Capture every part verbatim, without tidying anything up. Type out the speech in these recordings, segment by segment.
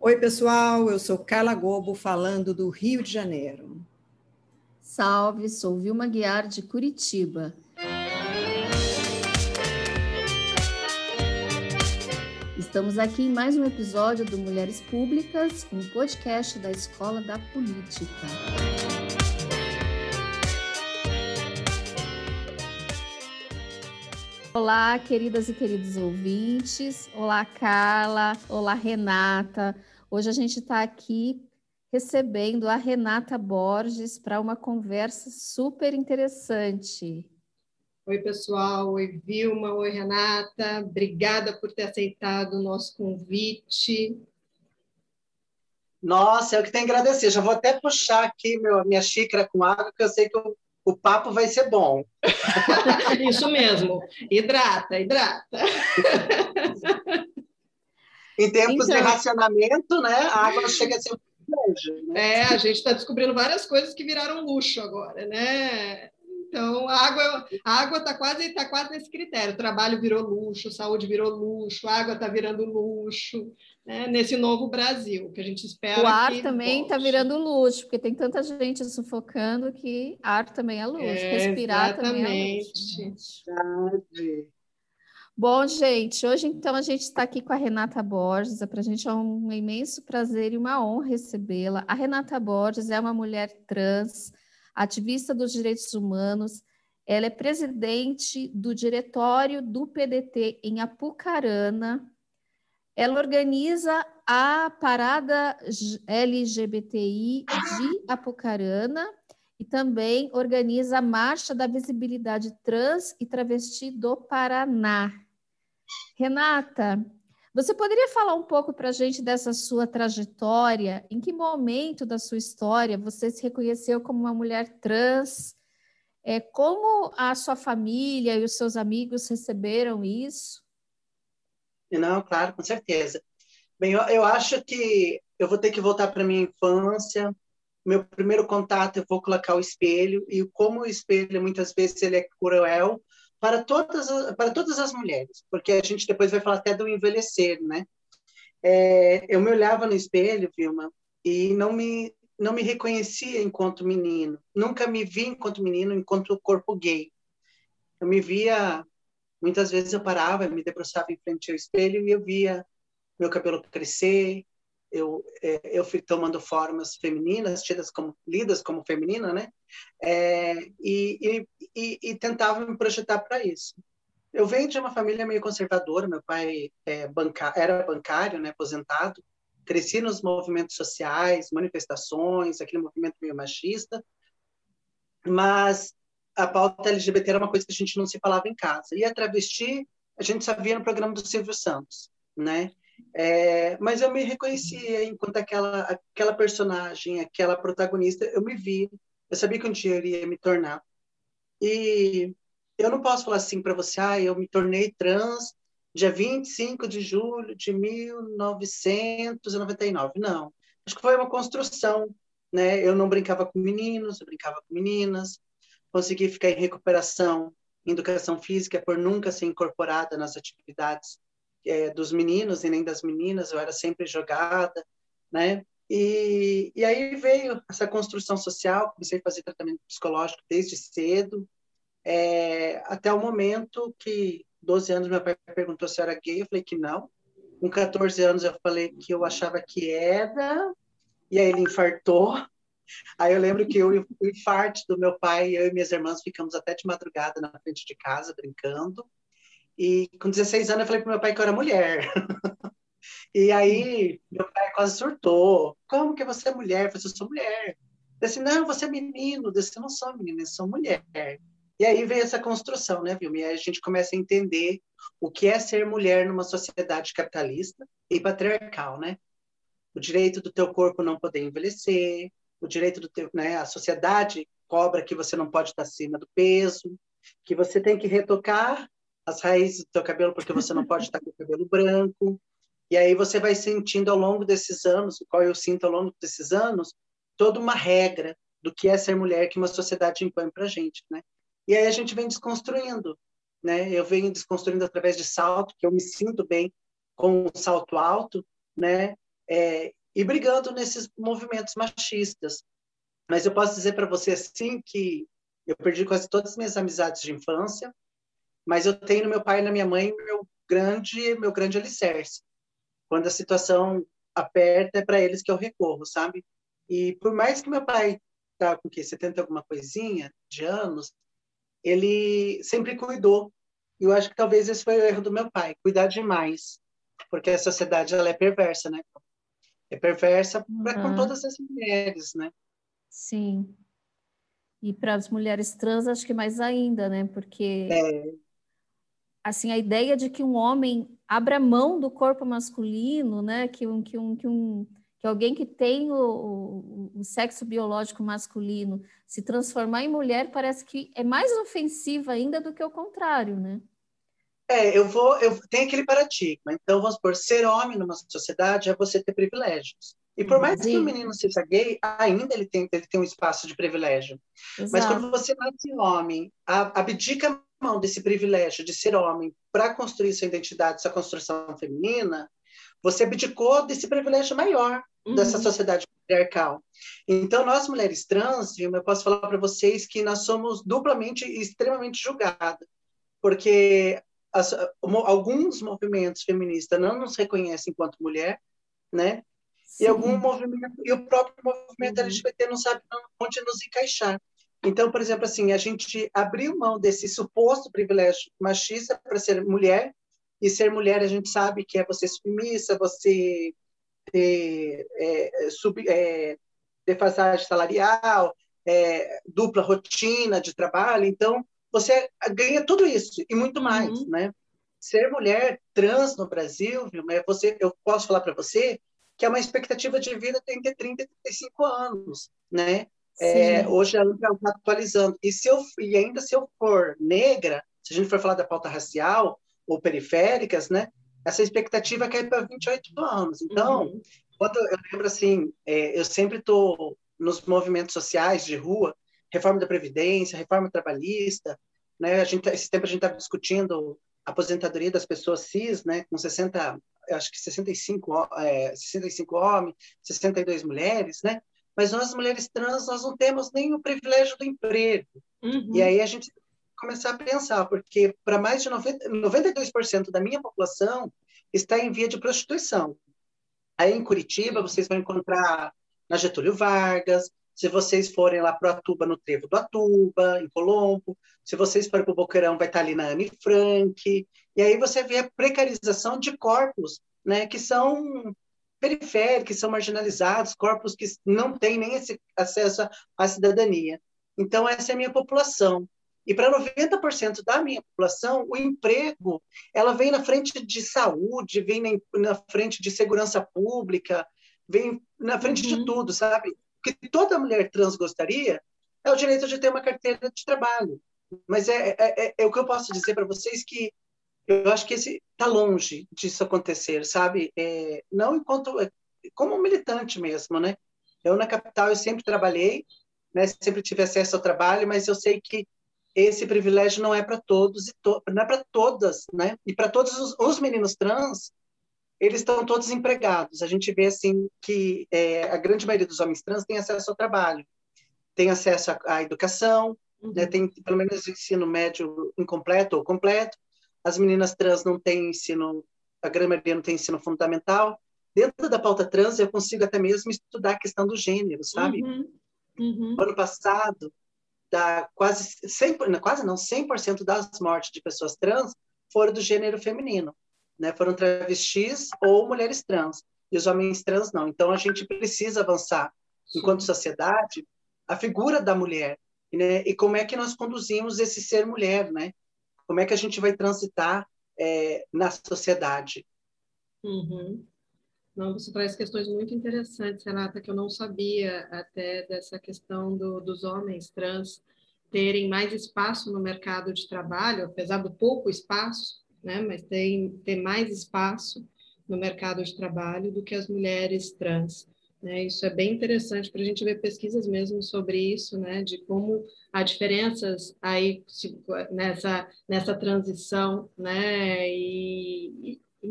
Oi, pessoal, eu sou Carla Gobo, falando do Rio de Janeiro. Salve, sou Vilma Guiar, de Curitiba. Estamos aqui em mais um episódio do Mulheres Públicas, um podcast da Escola da Política. Olá, queridas e queridos ouvintes. Olá, Carla. Olá, Renata. Hoje a gente está aqui recebendo a Renata Borges para uma conversa super interessante. Oi, pessoal. Oi, Vilma. Oi, Renata. Obrigada por ter aceitado o nosso convite. Nossa, eu que tenho que agradecer. Já vou até puxar aqui meu, minha xícara com água, porque eu sei que o, o papo vai ser bom. Isso mesmo. Hidrata, hidrata. Em tempos Então... de racionamento, né, a água chega a ser um privilégio, né? É, a gente está descobrindo várias coisas que viraram luxo agora, né? Então, a água a água está quase, tá quase nesse critério. O trabalho virou luxo, saúde virou luxo, a água está virando luxo, né? Nesse novo Brasil, que a gente espera. O ar que também está virando luxo, porque tem tanta gente sufocando que ar também é luxo, é, respirar exatamente. também é luxo. Bom, gente, hoje então a gente está aqui com a Renata Borges, para a gente é um imenso prazer e uma honra recebê-la. A Renata Borges é uma mulher trans, ativista dos direitos humanos, ela é presidente do diretório do P D T em Apucarana, ela organiza a Parada L G B T I de Apucarana e também organiza a Marcha da Visibilidade Trans e Travesti do Paraná. Renata, você poderia falar um pouco para a gente dessa sua trajetória? Em que momento da sua história você se reconheceu como uma mulher trans? É, como a sua família e os seus amigos receberam isso? Não, claro, com certeza. Bem, eu, eu acho que eu vou ter que voltar para minha infância. Meu primeiro contato, eu vou colocar o espelho, e como o espelho, muitas vezes, ele é cruel para todas, para todas as mulheres, porque a gente depois vai falar até do envelhecer, né? É, eu me olhava no espelho, Vilma, e não me, não me reconhecia enquanto menino. Nunca me vi enquanto menino, enquanto corpo gay. Eu me via, muitas vezes eu parava, eu me debruçava em frente ao espelho e eu via meu cabelo crescer, eu, é, eu fui tomando formas femininas, tidas como, lidas como feminina, né? É, e, e, e tentava me projetar para isso. Eu venho de uma família meio conservadora, meu pai é, banca, era bancário, né, aposentado, cresci nos movimentos sociais, manifestações, aquele movimento meio machista, mas a pauta L G B T era uma coisa que a gente não se falava em casa. E a travesti, a gente sabia no programa do Silvio Santos, né? É, mas eu me reconhecia enquanto aquela, aquela personagem, aquela protagonista, eu me vi, eu sabia que um dia eu iria me tornar. E eu não posso falar assim para você, ah, eu me tornei trans dia vinte e cinco de julho de mil novecentos e noventa e nove. Não, acho que foi uma construção, né? Eu não brincava com meninos, eu brincava com meninas, consegui ficar em recuperação, em educação física, por nunca ser incorporada nas atividades é, dos meninos e nem das meninas, eu era sempre jogada, né? E, e aí veio essa construção social, comecei a fazer tratamento psicológico desde cedo, é, até o momento que, doze anos, meu pai perguntou se eu era gay, eu falei que não. Com quatorze anos eu falei que eu achava que era, e aí ele infartou. Aí eu lembro que eu, o infarte do meu pai, eu e minhas irmãs ficamos até de madrugada na frente de casa, brincando. E com dezesseis anos eu falei para meu pai que eu era mulher. E aí meu pai quase surtou. Como que você é mulher? Eu falei, eu sou mulher. Eu disse, não, você é menino. Eu disse, eu não sou menino, eu sou mulher. E aí veio essa construção, né, Vilma? E aí a gente começa a entender o que é ser mulher numa sociedade capitalista e patriarcal, né? O direito do teu corpo não poder envelhecer, o direito do teu, né, a sociedade cobra que você não pode estar acima do peso, que você tem que retocar as raízes do teu cabelo porque você não pode estar com o cabelo branco. E aí você vai sentindo ao longo desses anos, o qual eu sinto ao longo desses anos, toda uma regra do que é ser mulher que uma sociedade impõe para a gente, né? E aí a gente vem desconstruindo, né? Eu venho desconstruindo através de salto, que eu me sinto bem com um salto alto, né? É, e brigando nesses movimentos machistas. Mas eu posso dizer para você, assim, que eu perdi quase todas as minhas amizades de infância, mas eu tenho no meu pai e na minha mãe meu grande, meu grande alicerce. Quando a situação aperta, é para eles que eu recorro, sabe? E por mais que meu pai tá com que setenta e alguma coisinha de anos, ele sempre cuidou. E eu acho que talvez esse foi o erro do meu pai, cuidar demais, porque a sociedade ela é perversa, né? É perversa pra, com Uhum. todas as mulheres, né? Sim. E para as mulheres trans, acho que mais ainda, né? Porque É, assim, a ideia de que um homem abra mão do corpo masculino, né? Que um, que um, que um, que alguém que tem o, o, o sexo biológico masculino se transformar em mulher parece que é mais ofensiva ainda do que o contrário, né? é, eu vou, eu tenho aquele paradigma. Então, vamos supor, ser homem numa sociedade é você ter privilégios. E por mais que o Sim, menino seja gay, ainda ele tem, ele tem um espaço de privilégio. Mas quando exato. você nasce homem, a- abdica a mão desse privilégio de ser homem para construir sua identidade, sua construção feminina, você abdicou desse privilégio maior dessa Uhum. sociedade patriarcal. Então, nós mulheres trans, Vilma, eu posso falar para vocês que nós somos duplamente e extremamente julgadas, porque as, alguns movimentos feministas não nos reconhecem enquanto mulher, né? E algum Sim. movimento, e o próprio movimento Uhum. L G B T não sabe onde nos encaixar. Então, por exemplo, assim, a gente abriu mão desse suposto privilégio machista para ser mulher, e ser mulher a gente sabe que é você submissa, você ter é, sub, é, defasagem salarial, é, dupla rotina de trabalho, então você ganha tudo isso e muito mais, Uhum. né? Ser mulher trans no Brasil, viu, mas você, eu posso falar para você que é uma expectativa de vida de entre trinta e trinta e cinco anos, né? É, Sim. hoje ela está atualizando. E, se eu, e ainda se eu for negra, se a gente for falar da pauta racial ou periféricas, né? Essa expectativa cai para vinte e oito anos. Então, Uhum. quando eu lembro assim, é, eu sempre estou nos movimentos sociais de rua, reforma da Previdência, reforma trabalhista, né? A gente, esse tempo a gente estava discutindo a aposentadoria das pessoas cis, né? Com sessenta, eu acho que sessenta e cinco, é, sessenta e cinco homens, sessenta e dois mulheres, né? Mas nós, mulheres trans, nós não temos nem o privilégio do emprego. E Uhum. aí a gente começar a pensar, porque para mais de noventa, noventa e dois por cento da minha população está em via de prostituição. Aí em Curitiba, Sim. vocês vão encontrar na Getúlio Vargas, se vocês forem lá para o Atuba, no Trevo do Atuba, em Colombo, se vocês forem para o Boqueirão, vai estar ali na Anne Frank, e aí você vê a precarização de corpos, né, que são periféricos, que são marginalizados, corpos que não têm nem esse acesso à cidadania. Então, essa é a minha população. E para noventa por cento da minha população, o emprego ela vem na frente de saúde, vem na, na frente de segurança pública, vem na frente de Uhum. tudo, sabe? O que toda mulher trans gostaria é o direito de ter uma carteira de trabalho. Mas é, é, é, é o que eu posso dizer para vocês que eu acho que esse está longe disso acontecer, sabe? É, não enquanto como militante mesmo, né? Eu na capital eu sempre trabalhei, né? Sempre tive acesso ao trabalho, mas eu sei que esse privilégio não é para todos e to não é para todas, né? E para todos os, os meninos trans, eles estão todos empregados. A gente vê assim que é, a grande maioria dos homens trans tem acesso ao trabalho, tem acesso à, à educação, né? Uhum. Tem pelo menos ensino médio incompleto ou completo. As meninas trans não têm ensino, a grande maioria não tem ensino fundamental. Dentro da pauta trans, eu consigo até mesmo estudar a questão do gênero, sabe? Uhum. Uhum. Ano passado, da quase cem, quase não, cem por cento das mortes de pessoas trans foram do gênero feminino, né? Foram travestis ou mulheres trans, e os homens trans não. Então a gente precisa avançar enquanto Sim. sociedade a figura da mulher, né? E como é que nós conduzimos esse ser mulher, né? Como é que a gente vai transitar é, na sociedade? Uhum. Não, você traz questões muito interessantes, Renata, que eu não sabia até dessa questão do, dos homens trans terem mais espaço no mercado de trabalho, apesar do pouco espaço, né, mas tem ter mais espaço no mercado de trabalho do que as mulheres trans. Né? Isso é bem interessante para a gente ver pesquisas mesmo sobre isso, né, de como há diferenças aí nessa, nessa transição, né, e, e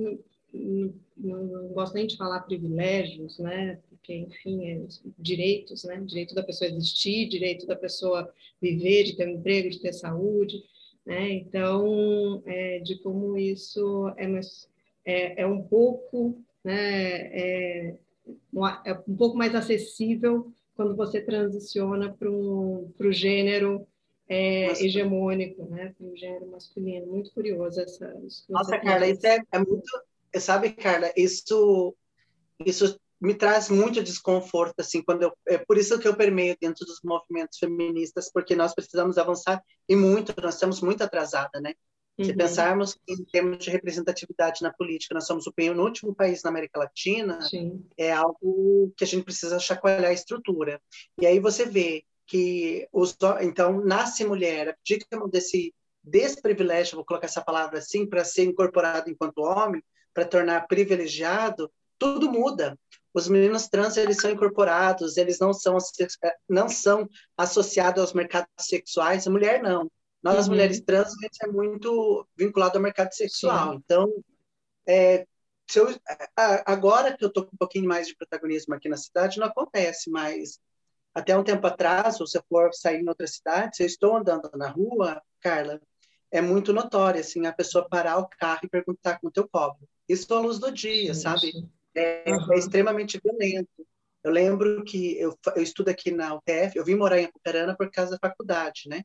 não, não gosto nem de falar privilégios, né? Porque, enfim, é direitos, né? Direito da pessoa existir, direito da pessoa viver, de ter um emprego, de ter saúde, né? Então, é, de como isso é, mais, é, é um pouco, né? É, é um pouco mais acessível quando você transiciona para o gênero é, hegemônico, né? Para o gênero masculino. Muito curioso essa, isso que você Nossa, Carla, fez. isso é, é muito... Sabe, Carla, isso, isso me traz muito desconforto, assim, quando eu... É por isso que eu permeio dentro dos movimentos feministas, porque nós precisamos avançar e muito, nós estamos muito atrasada, né? Se Uhum. pensarmos em termos de representatividade na política, nós somos o penúltimo país na América Latina, Sim. é algo que a gente precisa chacoalhar a estrutura. E aí você vê que os então nasce mulher, abdica desse desprivilégio, vou colocar essa palavra assim, para ser incorporado enquanto homem, para tornar privilegiado, tudo muda. Os meninos trans, eles são incorporados, eles não são não são associados aos mercados sexuais, a mulher não. Nós, Uhum. mulheres trans, a gente é muito vinculado ao mercado sexual. Sim. Então, é, se eu, agora que eu estou com um pouquinho mais de protagonismo aqui na cidade, não acontece, mas até um tempo atrás, se você for sair em outra cidade, se eu estou andando na rua, Carla, é muito notório, assim, a pessoa parar o carro e perguntar quanto eu cobro. Isso à luz do dia, Sim, sabe? sim. É, Uhum. é extremamente violento. Eu lembro que eu, eu estudo aqui na U T F, eu vim morar em Apucarana por causa da faculdade, né?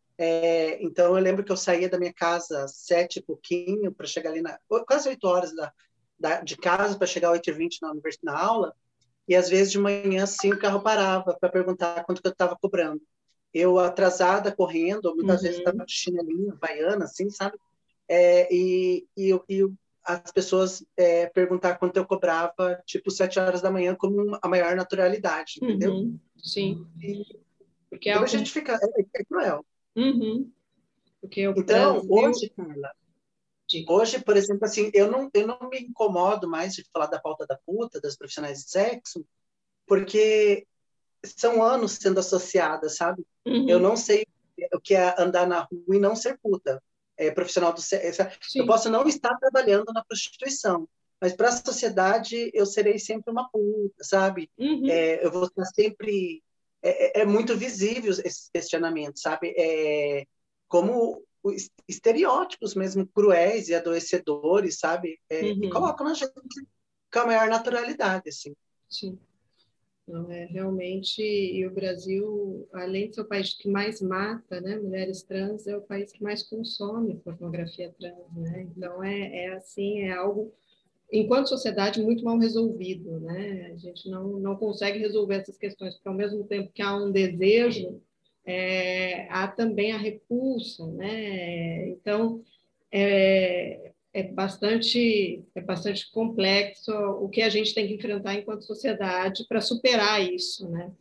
É, então, eu lembro que eu saía da minha casa às sete e pouquinho para chegar ali, na, quase oito horas da, da, de casa para chegar às oito e vinte na, na aula, e às vezes de manhã, assim, o carro parava para perguntar quanto que eu estava cobrando. Eu atrasada, correndo, ou muitas Uhum. vezes estava de chinelinho, baiana, assim, sabe? É, e, e, e as pessoas é, perguntar quanto eu cobrava, tipo, sete horas da manhã, como a maior naturalidade, entendeu? Uhum. Sim. E Porque é então a algo... gente fica... É, é cruel. Uhum. Porque o Então, Brasil... hoje, Carla, Diga. hoje, por exemplo, assim, eu não, eu não me incomodo mais de falar da pauta da puta, das profissionais de sexo, porque são anos sendo associadas, sabe? Uhum. Eu não sei o que é andar na rua e não ser puta. É, profissional do sexo. Eu posso não estar trabalhando na prostituição, mas para a sociedade eu serei sempre uma puta, sabe? Uhum. É, eu vou estar sempre... É, é muito visível esse questionamento, sabe? É, como estereótipos mesmo cruéis e adoecedores, sabe? É, Uhum. E colocam na gente com a maior naturalidade, assim. Sim. Não, é realmente, e o Brasil, além de ser o país que mais mata, né, mulheres trans, é o país que mais consome pornografia trans, né? Então é, é assim, é algo, enquanto sociedade, muito mal resolvido, né? A gente não, não consegue resolver essas questões, porque ao mesmo tempo que há um desejo, é, há também a repulsa, né? Então, é, é bastante é bastante complexo o que a gente tem que enfrentar enquanto sociedade para superar isso, né?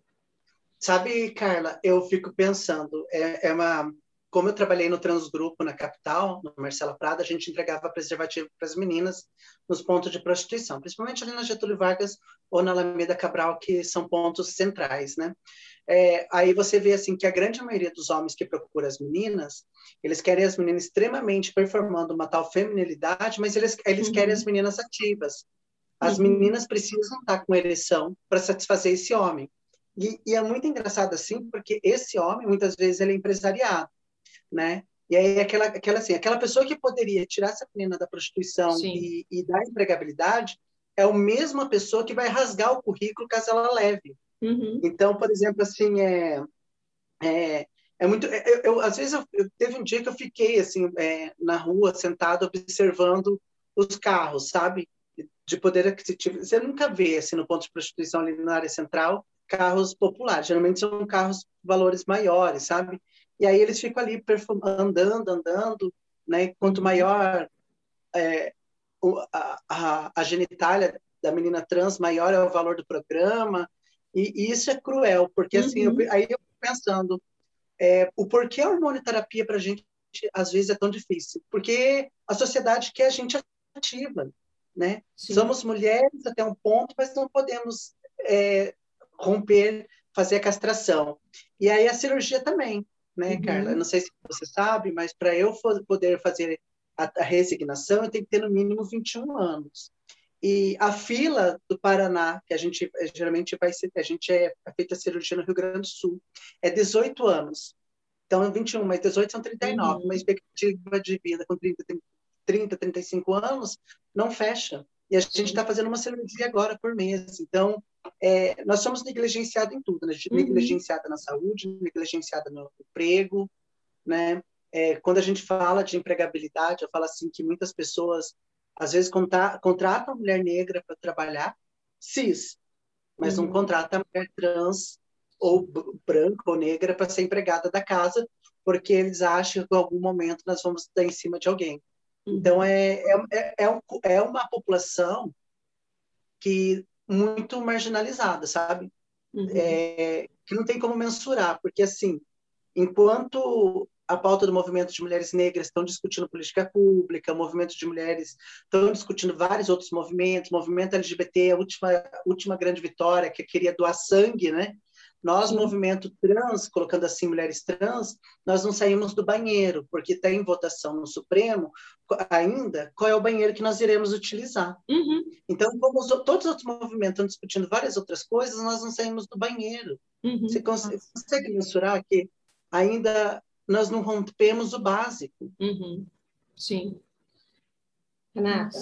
Sabe, Carla, eu fico pensando, é, é uma... Como eu trabalhei no Transgrupo na capital, no Marcela Prada, a gente entregava preservativo para as meninas nos pontos de prostituição, principalmente ali na Getúlio Vargas ou na Alameda Cabral, que são pontos centrais, né? É, aí você vê assim que a grande maioria dos homens que procuram as meninas, eles querem as meninas extremamente performando uma tal feminilidade, mas eles, eles Uhum. querem as meninas ativas. As Uhum. meninas precisam estar com ereção para satisfazer esse homem. E, e é muito engraçado assim, porque esse homem, muitas vezes, ele é empresariado, né? E aí aquela, aquela, assim, aquela pessoa que poderia tirar essa menina da prostituição e, e dar empregabilidade é a mesma pessoa que vai rasgar o currículo caso ela leve. Uhum. Então, por exemplo, assim, é, é, é muito... Eu, eu, às vezes, eu, eu, teve um dia que eu fiquei, assim, é, na rua, sentado, observando os carros, sabe? De poder aquisitivo. Você nunca vê, assim, no ponto de prostituição ali na área central, carros populares. Geralmente são carros de valores maiores, sabe? E aí eles ficam ali andando, andando, né? Quanto Uhum. maior é, a, a, a genitália da menina trans, maior é o valor do programa. E, e isso é cruel, porque assim, eu, Uhum. aí eu fico pensando, é, o porquê a hormonioterapia para a gente às vezes é tão difícil? Porque a sociedade quer a gente ativa, né? Sim. Somos mulheres até um ponto, mas não podemos é, romper, fazer a castração. E aí a cirurgia também, né, Uhum. Carla? Não sei se você sabe, mas para eu poder fazer a, a resignação, eu tenho que ter no mínimo vinte e um anos. E a fila do Paraná, que a gente geralmente vai ser, a gente é, é feita a cirurgia no Rio Grande do Sul, é dezoito anos. Então, vinte e um mais dezoito são trinta e nove. Uhum. Uma expectativa de vida com trinta, trinta, trinta e cinco anos não fecha. E a gente está fazendo uma cirurgia agora por mês. Então, é, nós somos negligenciados em tudo, né? Uhum. Negligenciada na saúde, negligenciada no emprego, né? É, quando a gente fala de empregabilidade, eu falo assim que muitas pessoas, às vezes, contra, contratam a mulher negra para trabalhar, cis, mas uhum. não contratam a mulher trans ou branca ou negra para ser empregada da casa, porque eles acham que em algum momento nós vamos dar em cima de alguém. Uhum. Então, é, é, é, um, é uma população que muito marginalizada, sabe? Uhum. É, que não tem como mensurar, porque, assim, enquanto a pauta do movimento de mulheres negras estão discutindo política pública, o movimento de mulheres estão discutindo vários outros movimentos, o movimento L G B T, a última, última grande vitória, que queria doar sangue, né? Nós, Sim. movimento trans, colocando assim mulheres trans, nós não saímos do banheiro, porque está em votação no Supremo ainda qual é o banheiro que nós iremos utilizar. Uhum. Então, como os, todos os outros movimentos estão discutindo várias outras coisas, nós não saímos do banheiro. Uhum. Você consegue, consegue mensurar que ainda nós não rompemos o básico? Uhum. Sim. Renata,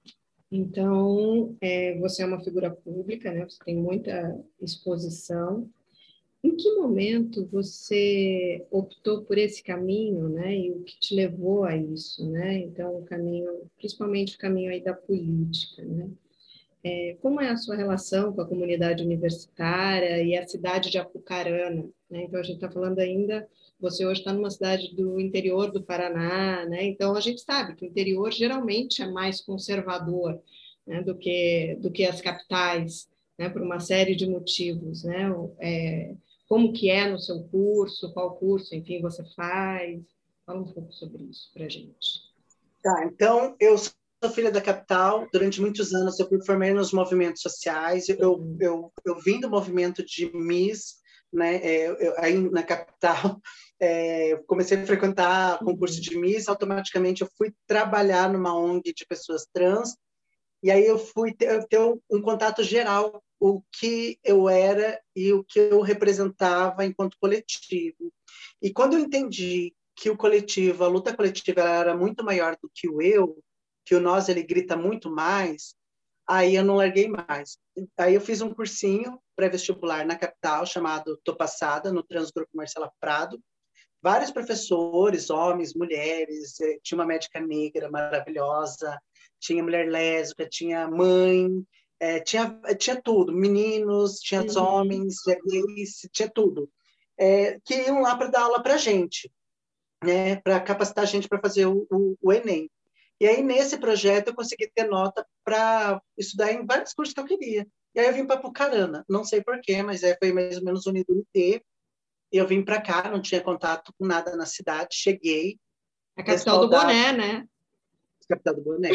então, é, você é uma figura pública, né? Você tem muita exposição. Em que momento você optou por esse caminho, né? E o que te levou a isso, né? Então, o caminho, principalmente o caminho aí da política, né? É, como é a sua relação com a comunidade universitária e a cidade de Apucarana, né? Então, a gente está falando ainda, você hoje está numa cidade do interior do Paraná, né? Então, a gente sabe que o interior geralmente é mais conservador, né? do que, do que as capitais, né? Por uma série de motivos, né? É, como que é no seu curso, qual curso, enfim, você faz? Fala um pouco sobre isso para a gente. Tá, então, eu sou filha da capital, durante muitos anos eu me formei nos movimentos sociais, eu, uhum. eu, eu vim do movimento de Miss, né, eu, eu, aí na capital, é, comecei a frequentar concurso uhum. de Miss, automaticamente eu fui trabalhar numa O N G de pessoas trans, e aí eu fui ter, ter um contato geral, o que eu era e o que eu representava enquanto coletivo. E quando eu entendi que o coletivo, a luta coletiva era muito maior do que o eu, que o nós, ele grita muito mais, aí eu não larguei mais. Aí eu fiz um cursinho pré-vestibular na capital, chamado Tô Passada, no Transgrupo Marcela Prado. Vários professores, homens, mulheres, tinha uma médica negra maravilhosa, tinha mulher lésbica, tinha mãe, é, tinha, tinha tudo, meninos, tinha uhum. homens, gays, tinha tudo, é, que iam lá para dar aula para a gente, né, para capacitar a gente para fazer o, o, o Enem. E aí, nesse projeto, eu consegui ter nota para estudar em vários cursos que eu queria. E aí eu vim para Apucarana, não sei porquê, mas é, foi mais ou menos unido no T. Eu vim para cá, não tinha contato com nada na cidade, cheguei. A capital do boné, né? Capital do boné.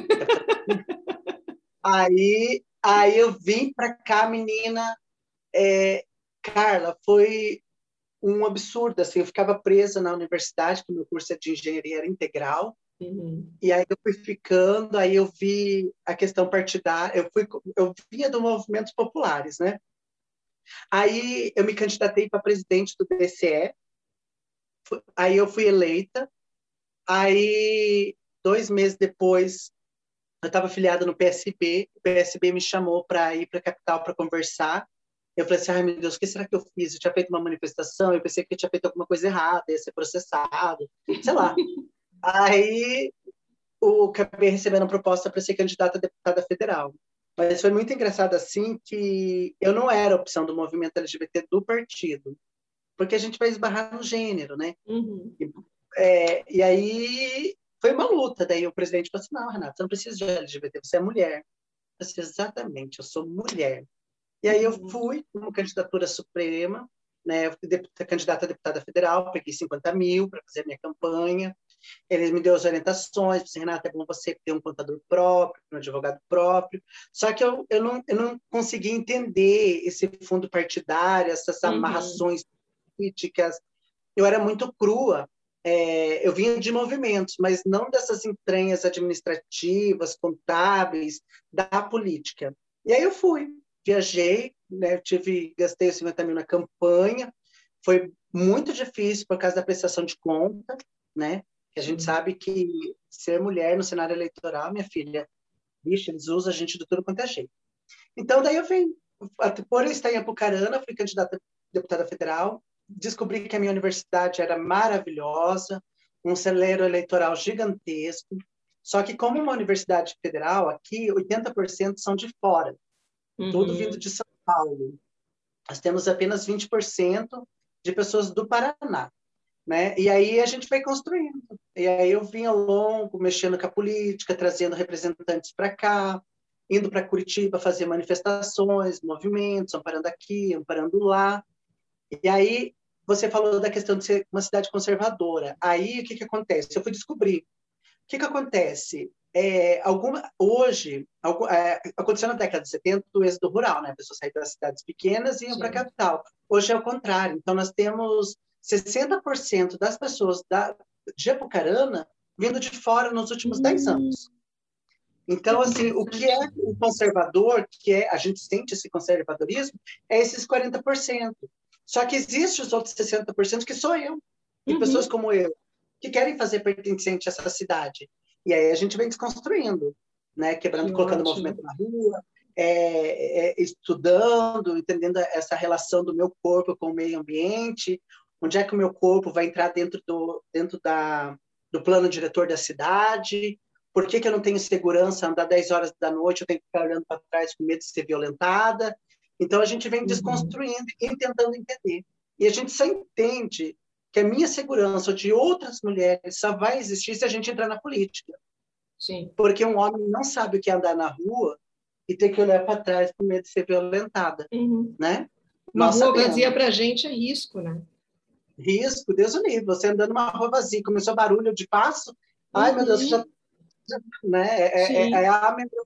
aí, aí eu vim para cá, menina. É, Carla, foi um absurdo. Assim, eu ficava presa na universidade, porque o meu curso é de engenharia era integral. Uhum. E aí eu fui ficando, aí eu vi a questão partidária. Eu, fui, eu vinha dos movimentos populares, né? Aí eu me candidatei para presidente do D C E, aí eu fui eleita, aí dois meses depois eu estava afiliada no P S B, o P S B me chamou para ir para a capital para conversar, eu falei assim, ai meu Deus, o que será que eu fiz? Eu tinha feito uma manifestação, eu pensei que eu tinha feito alguma coisa errada, ia ser processado, sei lá. Aí eu acabei recebendo proposta para ser candidata a deputada federal. Mas foi muito engraçado assim que eu não era opção do movimento L G B T do partido, porque a gente vai esbarrar no gênero, né? Uhum. E, é, e aí foi uma luta. Daí o presidente falou assim, não, Renata, você não precisa de L G B T, você é mulher. Eu disse, exatamente, eu sou mulher. E aí eu fui como candidatura suprema, né? Eu fui candidata a deputada federal, peguei cinquenta mil para fazer a minha campanha. Eles me deu as orientações, disse, Renata, é bom você ter um contador próprio, um advogado próprio. Só que eu, eu, não, eu não consegui entender esse fundo partidário, essas amarrações uhum. políticas. Eu era muito crua. é, eu vinha de movimentos, mas não dessas entranhas administrativas, contábeis, da política. E aí eu fui, viajei, né, tive, gastei os cinquenta mil na campanha, foi muito difícil por causa da prestação de conta, né? Que a gente Sim. sabe que ser mulher no cenário eleitoral, minha filha, vixe, eles usam a gente de tudo quanto é jeito. Então, daí eu vim, por eu estar em Apucarana, fui candidata a deputada federal, descobri que a minha universidade era maravilhosa, um celeiro eleitoral gigantesco, só que como uma universidade federal, aqui oitenta por cento são de fora, Uhum. tudo vindo de São Paulo. Nós temos apenas vinte por cento de pessoas do Paraná, né? E aí a gente vai construindo. E aí eu vim ao longo, mexendo com a política, trazendo representantes para cá, indo para Curitiba fazer manifestações, movimentos, amparando aqui, amparando lá. E aí você falou da questão de ser uma cidade conservadora. Aí o que que acontece? Eu fui descobrir. O que que acontece? É, alguma, hoje, algu- é, aconteceu na década de setenta o êxodo rural, né? As pessoas saíram das cidades pequenas e iam para a Sim. capital. Hoje é o contrário. Então, nós temos sessenta por cento das pessoas da, de Apucarana vindo de fora nos últimos dez Hum, anos. Então, que assim, o que é interessante. o conservador, que é, a gente sente esse conservadorismo, é esses quarenta por cento. Só que existe os outros sessenta por cento que sou eu, e pessoas Uhum. como eu, que querem fazer pertencente a essa cidade. E aí a gente vem desconstruindo, né? Quebrando, Que colocando ótimo. movimento na rua, é, é, estudando, entendendo essa relação do meu corpo com o meio ambiente, onde é que o meu corpo vai entrar dentro do, dentro da, do plano diretor da cidade, por que que eu não tenho segurança, andar dez horas da noite, eu tenho que ficar olhando para trás com medo de ser violentada. Então, a gente vem Uhum. desconstruindo e tentando entender. E a gente só entende que a minha segurança ou de outras mulheres só vai existir se a gente entrar na política. Sim. Porque um homem não sabe o que é andar na rua e ter que olhar para trás com medo de ser violentada, Uhum. né? Uma Nós rua vazia sabemos. para a gente é risco, né? Risco, Deus o livre. Você andando numa rua vazia, começou barulho de passo, ai, meu Deus, já, Uhum. né? É, é, é Sim. a memória.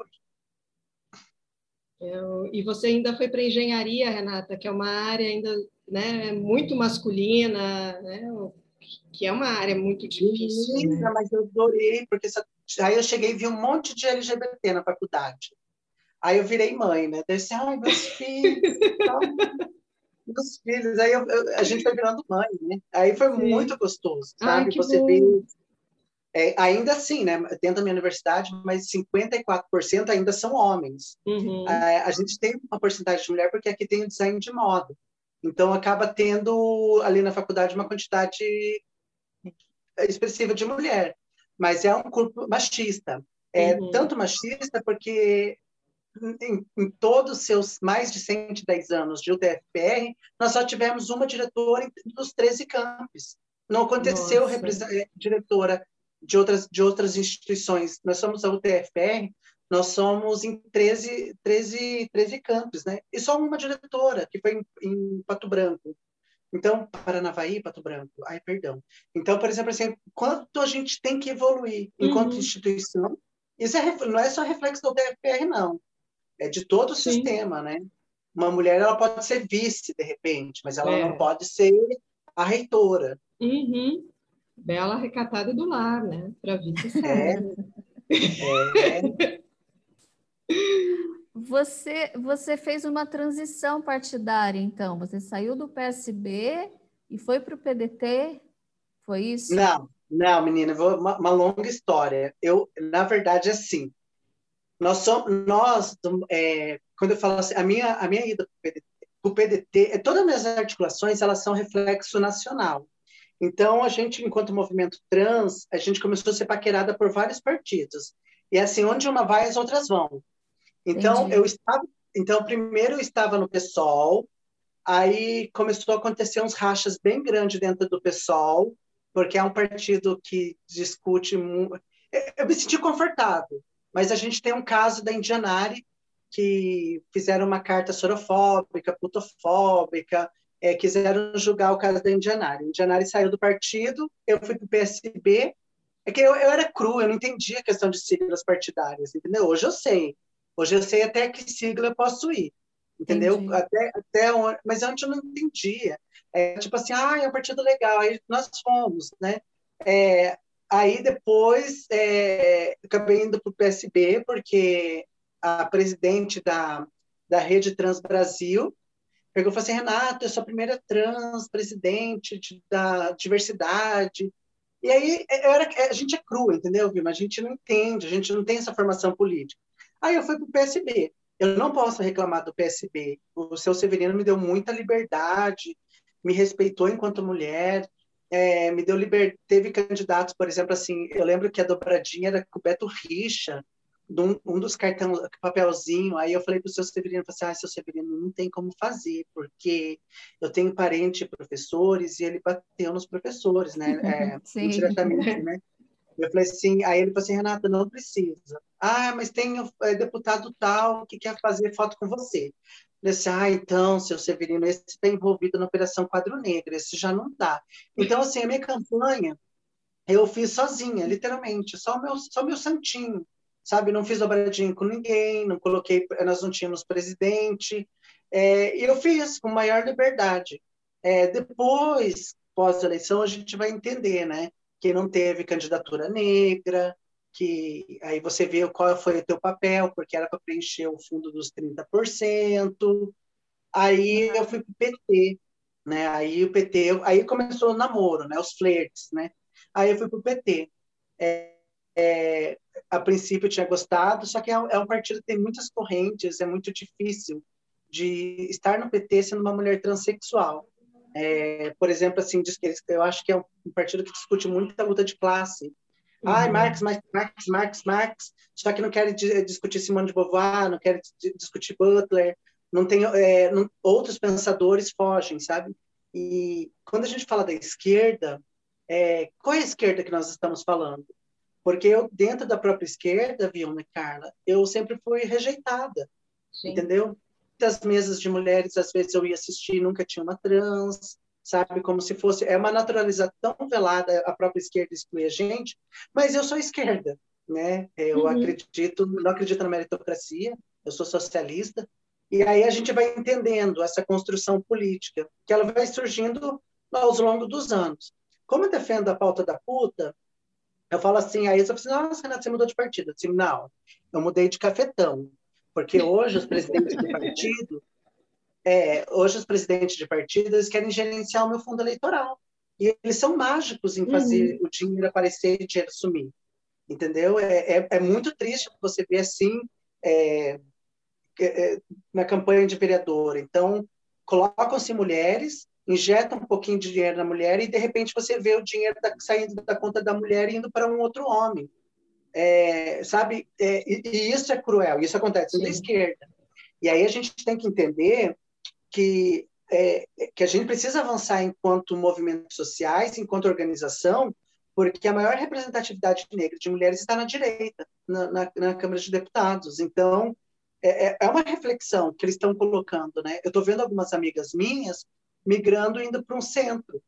Eu- e você ainda foi para engenharia, Renata, que é uma área ainda, né, muito masculina, né? Que é uma área muito difícil, Menina, né? mas eu adorei, porque essa- aí eu cheguei e vi um monte de L G B T na faculdade. Aí eu virei mãe, né? Daí eu disse, ai, meus filhos, ai, meus filhos. Aí eu- eu- a gente foi virando mãe, né? Aí foi muito Sim. gostoso, Ai, sabe? que Você vê, bom. é, ainda assim, né? Dentro da minha universidade, mas cinquenta e quatro por cento ainda são homens. Uhum. É, a gente tem uma porcentagem de mulher porque aqui tem o design de moda. Então, acaba tendo ali na faculdade uma quantidade expressiva de mulher, mas é um corpo machista. É Uhum. tanto machista porque em, em todos os seus mais de cento e dez anos de U T F P R, nós só tivemos uma diretora dos treze campos. Não aconteceu Nossa. diretora de outras, de outras instituições. Nós somos a U T F P R, nós somos em treze, treze, treze campos, né? E só uma diretora, que foi em, em Pato Branco. Então, Paranavaí, Pato Branco, ai, perdão. Então, por exemplo, assim, quanto a gente tem que evoluir enquanto Uhum. instituição, isso é, não é só reflexo do U T F P R, não. É de todo o Sim. sistema, né? Uma mulher, ela pode ser vice, de repente, mas ela não É. pode ser a reitora. Uhum. Bela recatada do lar, né? Para a vida É, séria. é, Você, você fez uma transição partidária, então. Você saiu do P S B e foi para o P D T? Foi isso? não, não, menina, vou, uma, uma longa história. Eu, na verdade, assim, nós somos, nós, é, quando eu falo assim, a minha, a minha ida para o P D T, todas as minhas articulações, elas são reflexo nacional. Então, a gente, enquanto movimento trans, a gente começou a ser paquerada por vários partidos. E assim, onde uma vai, as outras vão. Então, Entendi. eu estava, então primeiro eu estava no PSOL, aí começou a acontecer uns rachas bem grandes dentro do PSOL, porque é um partido que discute muito. Eu me senti confortável, mas a gente tem um caso da Indianari, que fizeram uma carta sorofóbica, putofóbica, é, quiseram julgar o caso da Indianari. A Indianari saiu do partido, eu fui para o P S B, é que eu, eu era cru, eu não entendia a questão de siglas partidárias, entendeu? Hoje eu sei. Hoje eu sei até que sigla eu posso ir. entendeu? Entendi. Até, até onde, mas antes eu não entendia. É, tipo assim, ah, é um partido legal, aí nós fomos, né? É, aí depois é, acabei indo para o P S B, porque a presidente da, da Rede Trans Brasil pegou e falou assim, Renato, eu sou a primeira trans presidente de, da diversidade. E aí eu era, a gente é crua, entendeu, Vilma? A gente não entende, a gente não tem essa formação política. Aí eu fui para o P S B. Eu não posso reclamar do P S B. O seu Severino me deu muita liberdade, me respeitou enquanto mulher, é, me deu liber... teve candidatos, por exemplo, assim, eu lembro que a dobradinha era com o Beto Richa, um, um dos cartões, papelzinho, aí eu falei para o seu Severino, falei assim, ah, seu Severino, não tem como fazer, porque eu tenho parente professores e ele bateu nos professores, né, é, indiretamente, né. Eu falei assim, aí ele falou assim, Renata, não precisa. Ah, mas tem é, deputado tal que quer fazer foto com você. Eu falei assim, ah, então, seu Severino, esse está envolvido na Operação Quadro Negro, esse já não dá. Então, assim, a minha campanha eu fiz sozinha, literalmente, só o meu, só o meu santinho, sabe? Não fiz dobradinho com ninguém, não coloquei, nós não tínhamos presidente, é, e eu fiz com maior liberdade. É, depois, pós-eleição, a gente vai entender, né? Que não teve candidatura negra, que aí você vê qual foi o teu papel, porque era para preencher o fundo dos trinta por cento. Aí eu fui para o P T, né? Aí o P T, aí começou o namoro, né? Os flertes, né? Aí eu fui para o P T. É, é, a princípio eu tinha gostado, só que é, é um partido que tem muitas correntes, é muito difícil de estar no P T sendo uma mulher transexual. É, por exemplo, assim, diz que eu acho que é um partido que discute muito a luta de classe. Ai, uhum. Marx, Marx, Marx, Marx, Marx, só que não quer discutir Simone de Beauvoir, não quer discutir Butler, não tem, é, não, outros pensadores fogem, sabe? E quando a gente fala da esquerda, é, qual é a esquerda que nós estamos falando? Porque eu, dentro da própria esquerda, Vilma e Carla, eu sempre fui rejeitada, Sim. entendeu? Das mesas de mulheres, às vezes eu ia assistir, nunca tinha uma trans, sabe? Como se fosse... É uma naturalização velada, a própria esquerda exclui a gente, mas eu sou esquerda, né? Eu uhum. acredito, não acredito na meritocracia, eu sou socialista, e aí a gente vai entendendo essa construção política, que ela vai surgindo ao longo dos anos. Como eu defendo a pauta da puta, eu falo assim, aí eu falo assim, nossa, Renato, você mudou de partido. Eu disse, não, eu mudei de cafetão, porque hoje os presidentes de partido, é, hoje os presidentes de partido, eles querem gerenciar o meu fundo eleitoral. E eles são mágicos em fazer uhum. o dinheiro aparecer e o dinheiro sumir. Entendeu? É, é, é muito triste você ver assim, é, é, na campanha de vereador. Então, colocam-se mulheres, injetam um pouquinho de dinheiro na mulher e, de repente, você vê o dinheiro da, saindo da conta da mulher e indo para um outro homem. É, sabe? É, e, e isso é cruel, isso acontece Sim. na esquerda. E aí a gente tem que entender que, é, que a gente precisa avançar enquanto movimentos sociais, enquanto organização, porque a maior representatividade negra de mulheres está na direita, na, na, na Câmara de Deputados. Então, é, é uma reflexão que eles estão colocando, né? Eu estou vendo algumas amigas minhas migrando, indo para um centro,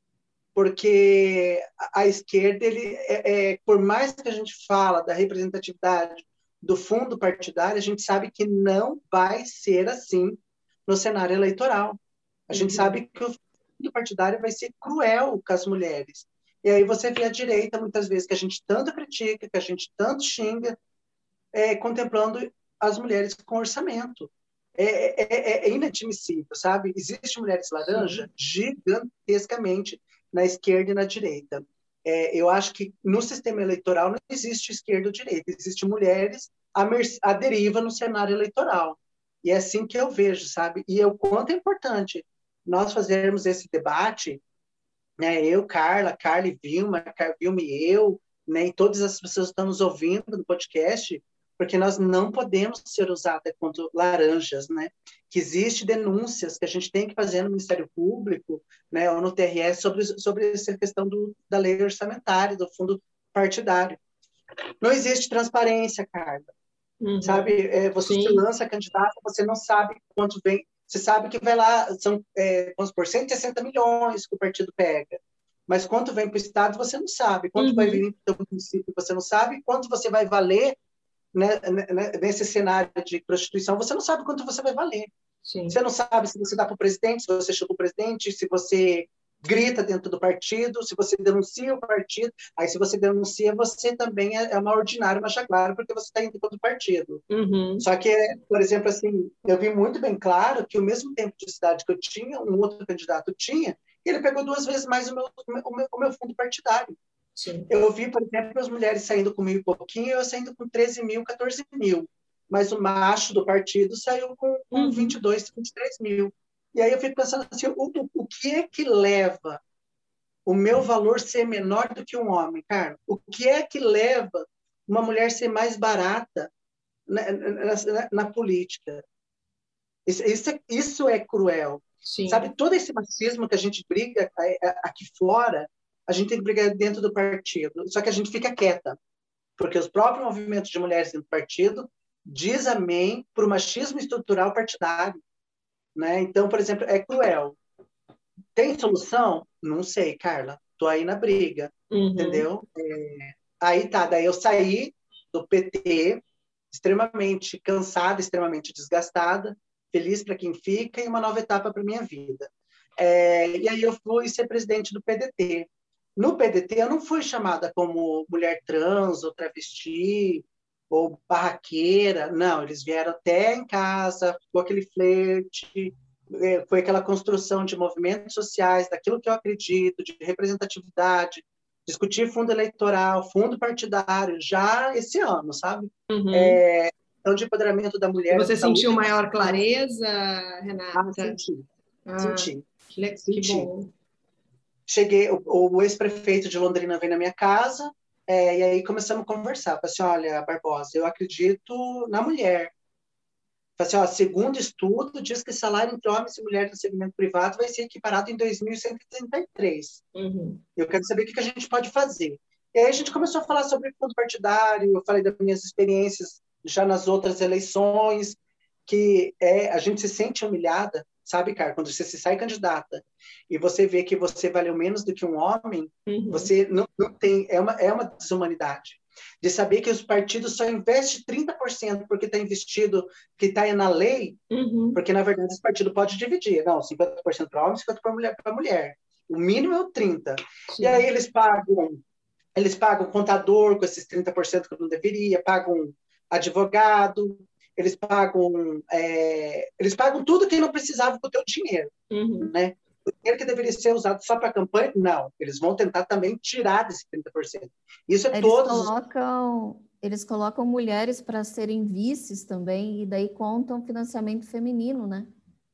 porque a, a esquerda, ele, é, é, por mais que a gente fala da representatividade do fundo partidário, a gente sabe que não vai ser assim no cenário eleitoral. A uhum. gente sabe que o fundo partidário vai ser cruel com as mulheres. E aí você vê a direita, muitas vezes, que a gente tanto critica, que a gente tanto xinga, é, contemplando as mulheres com orçamento. É, é, é inadmissível, sabe? Existem mulheres laranja Sim. gigantescamente na esquerda e na direita. É, eu acho que no sistema eleitoral não existe esquerda ou direita, existem mulheres à, merc- à deriva no cenário eleitoral. E é assim que eu vejo, sabe? E o quanto é importante nós fazermos esse debate, né? Eu, Carla, Carla e Vilma, Carla, Vilma e eu, né? E todas as pessoas que estão nos ouvindo no podcast, porque nós não podemos ser usadas contra laranjas, né? Que existe denúncias que a gente tem que fazer no Ministério Público, né? Ou no T R S sobre, sobre essa questão do, da lei orçamentária, do fundo partidário. Não existe transparência, Carla. Uhum. Sabe? É, você Sim. se lança candidato, você não sabe quanto vem. Você sabe que vai lá, são, é, vamos por cento e sessenta milhões que o partido pega. Mas quanto vem para o Estado, você não sabe. Quanto uhum. vai vir para o município, você não sabe. Quanto você vai valer, né, nesse cenário de prostituição, você não sabe quanto você vai valer. Sim. Você não sabe se você dá para o presidente, se você chuta o presidente, se você grita dentro do partido, se você denuncia o partido. Aí, se você denuncia, você também é uma ordinária, uma jaguara, porque você está indo contra o partido. Uhum. Só que, por exemplo, assim, eu vi muito bem claro que o mesmo tempo de cidade que eu tinha, um outro candidato tinha, e ele pegou duas vezes mais o meu, o meu, o meu fundo partidário. Sim. Eu vi, por exemplo, as mulheres saindo com mil e pouquinho, eu saindo com treze mil, quatorze mil. Mas o macho do partido saiu com, com Uhum. vinte e dois, vinte e três mil. E aí eu fico pensando assim, o, o, o que é que leva o meu valor ser menor do que um homem, Carlos? O que é que leva uma mulher ser mais barata na, na, na política? Isso, isso, é, isso é cruel. Sim. Sabe, todo esse machismo que a gente briga aqui fora, a gente tem que brigar dentro do partido. Só que a gente fica quieta, porque os próprios movimentos de mulheres dentro do partido diz amém para o machismo estrutural partidário. Né? Então, por exemplo, é cruel. Tem solução? Não sei, Carla. Estou aí na briga, uhum. entendeu? É... Aí tá, daí eu saí do P T extremamente cansada, extremamente desgastada, feliz para quem fica e uma nova etapa para minha vida. É... E aí eu fui ser presidente do P D T. No P D T eu não fui chamada como mulher trans ou travesti ou barraqueira, não, eles vieram até em casa, ficou aquele flerte, foi aquela construção de movimentos sociais, daquilo que eu acredito, de representatividade, discutir fundo eleitoral, fundo partidário, já esse ano, sabe? Uhum. É, então, de empoderamento da mulher. E você sentiu saúde, maior clareza, Renata? Ah, senti, ah, senti. Que, senti. que bom. Cheguei, o, o ex-prefeito de Londrina veio na minha casa, É, e aí começamos a conversar. Falei assim, olha, Barbosa, eu acredito na mulher. Falei assim, ó, segundo estudo, diz que salário entre homens e mulheres no segmento privado vai ser equiparado em dois mil cento e trinta e três. Uhum. Eu quero saber o que a gente pode fazer. E aí a gente começou a falar sobre fundo partidário, eu falei das minhas experiências já nas outras eleições, que é, a gente se sente humilhada, sabe, cara? Quando você se sai candidata e você vê que você valeu menos do que um homem, uhum. você não, não tem... É uma, é uma desumanidade. De saber que os partidos só investem trinta por cento porque está investido, que está na lei, uhum. porque, na verdade, esse partido pode dividir. Não, cinquenta por cento para homem, cinquenta por cento para mulher, para mulher. O mínimo é o trinta por cento. Sim. E aí eles pagam, eles pagam contador com esses trinta por cento que não deveria, pagam advogado, eles pagam, é, eles pagam tudo que não precisava com o teu dinheiro, uhum. né? O dinheiro que deveria ser usado só para campanha, não. Eles vão tentar também tirar desse trinta por cento. Isso é eles todos... Colocam, eles colocam mulheres para serem vices também, e daí contam financiamento feminino, né?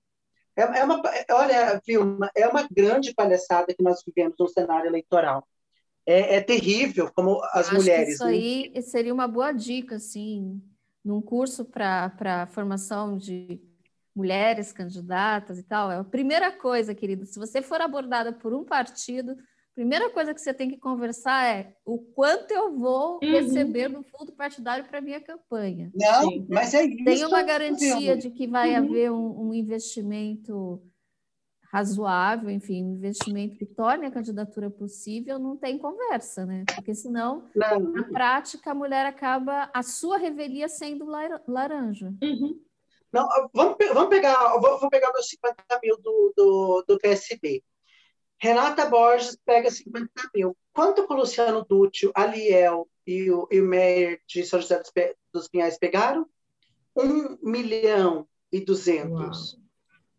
É, é uma, olha, Vilma, é uma grande palhaçada que nós vivemos no cenário eleitoral. É, é terrível como as Eu mulheres... Acho que isso aí seria uma boa dica, assim, num curso para formação de mulheres candidatas e tal. É a primeira coisa, querida, se você for abordada por um partido, a primeira coisa que você tem que conversar é o quanto eu vou uhum. receber no fundo partidário para minha campanha. Não, Sim. mas é isso. Tem uma garantia de que vai uhum. haver um, um investimento razoável, enfim, um investimento que torne a candidatura possível, não tem conversa, né? Porque senão, não. na prática, a mulher acaba a sua revelia sendo laranja. Uhum. Não, vamos, vamos pegar, vou, vou pegar meus cinquenta mil do, do, do P S B. Renata Borges pega cinquenta mil. Quanto que o Luciano Dutti, a Liel e o, e o Meyer de São José dos, dos Pinhais pegaram? Um milhão e duzentos. Uau.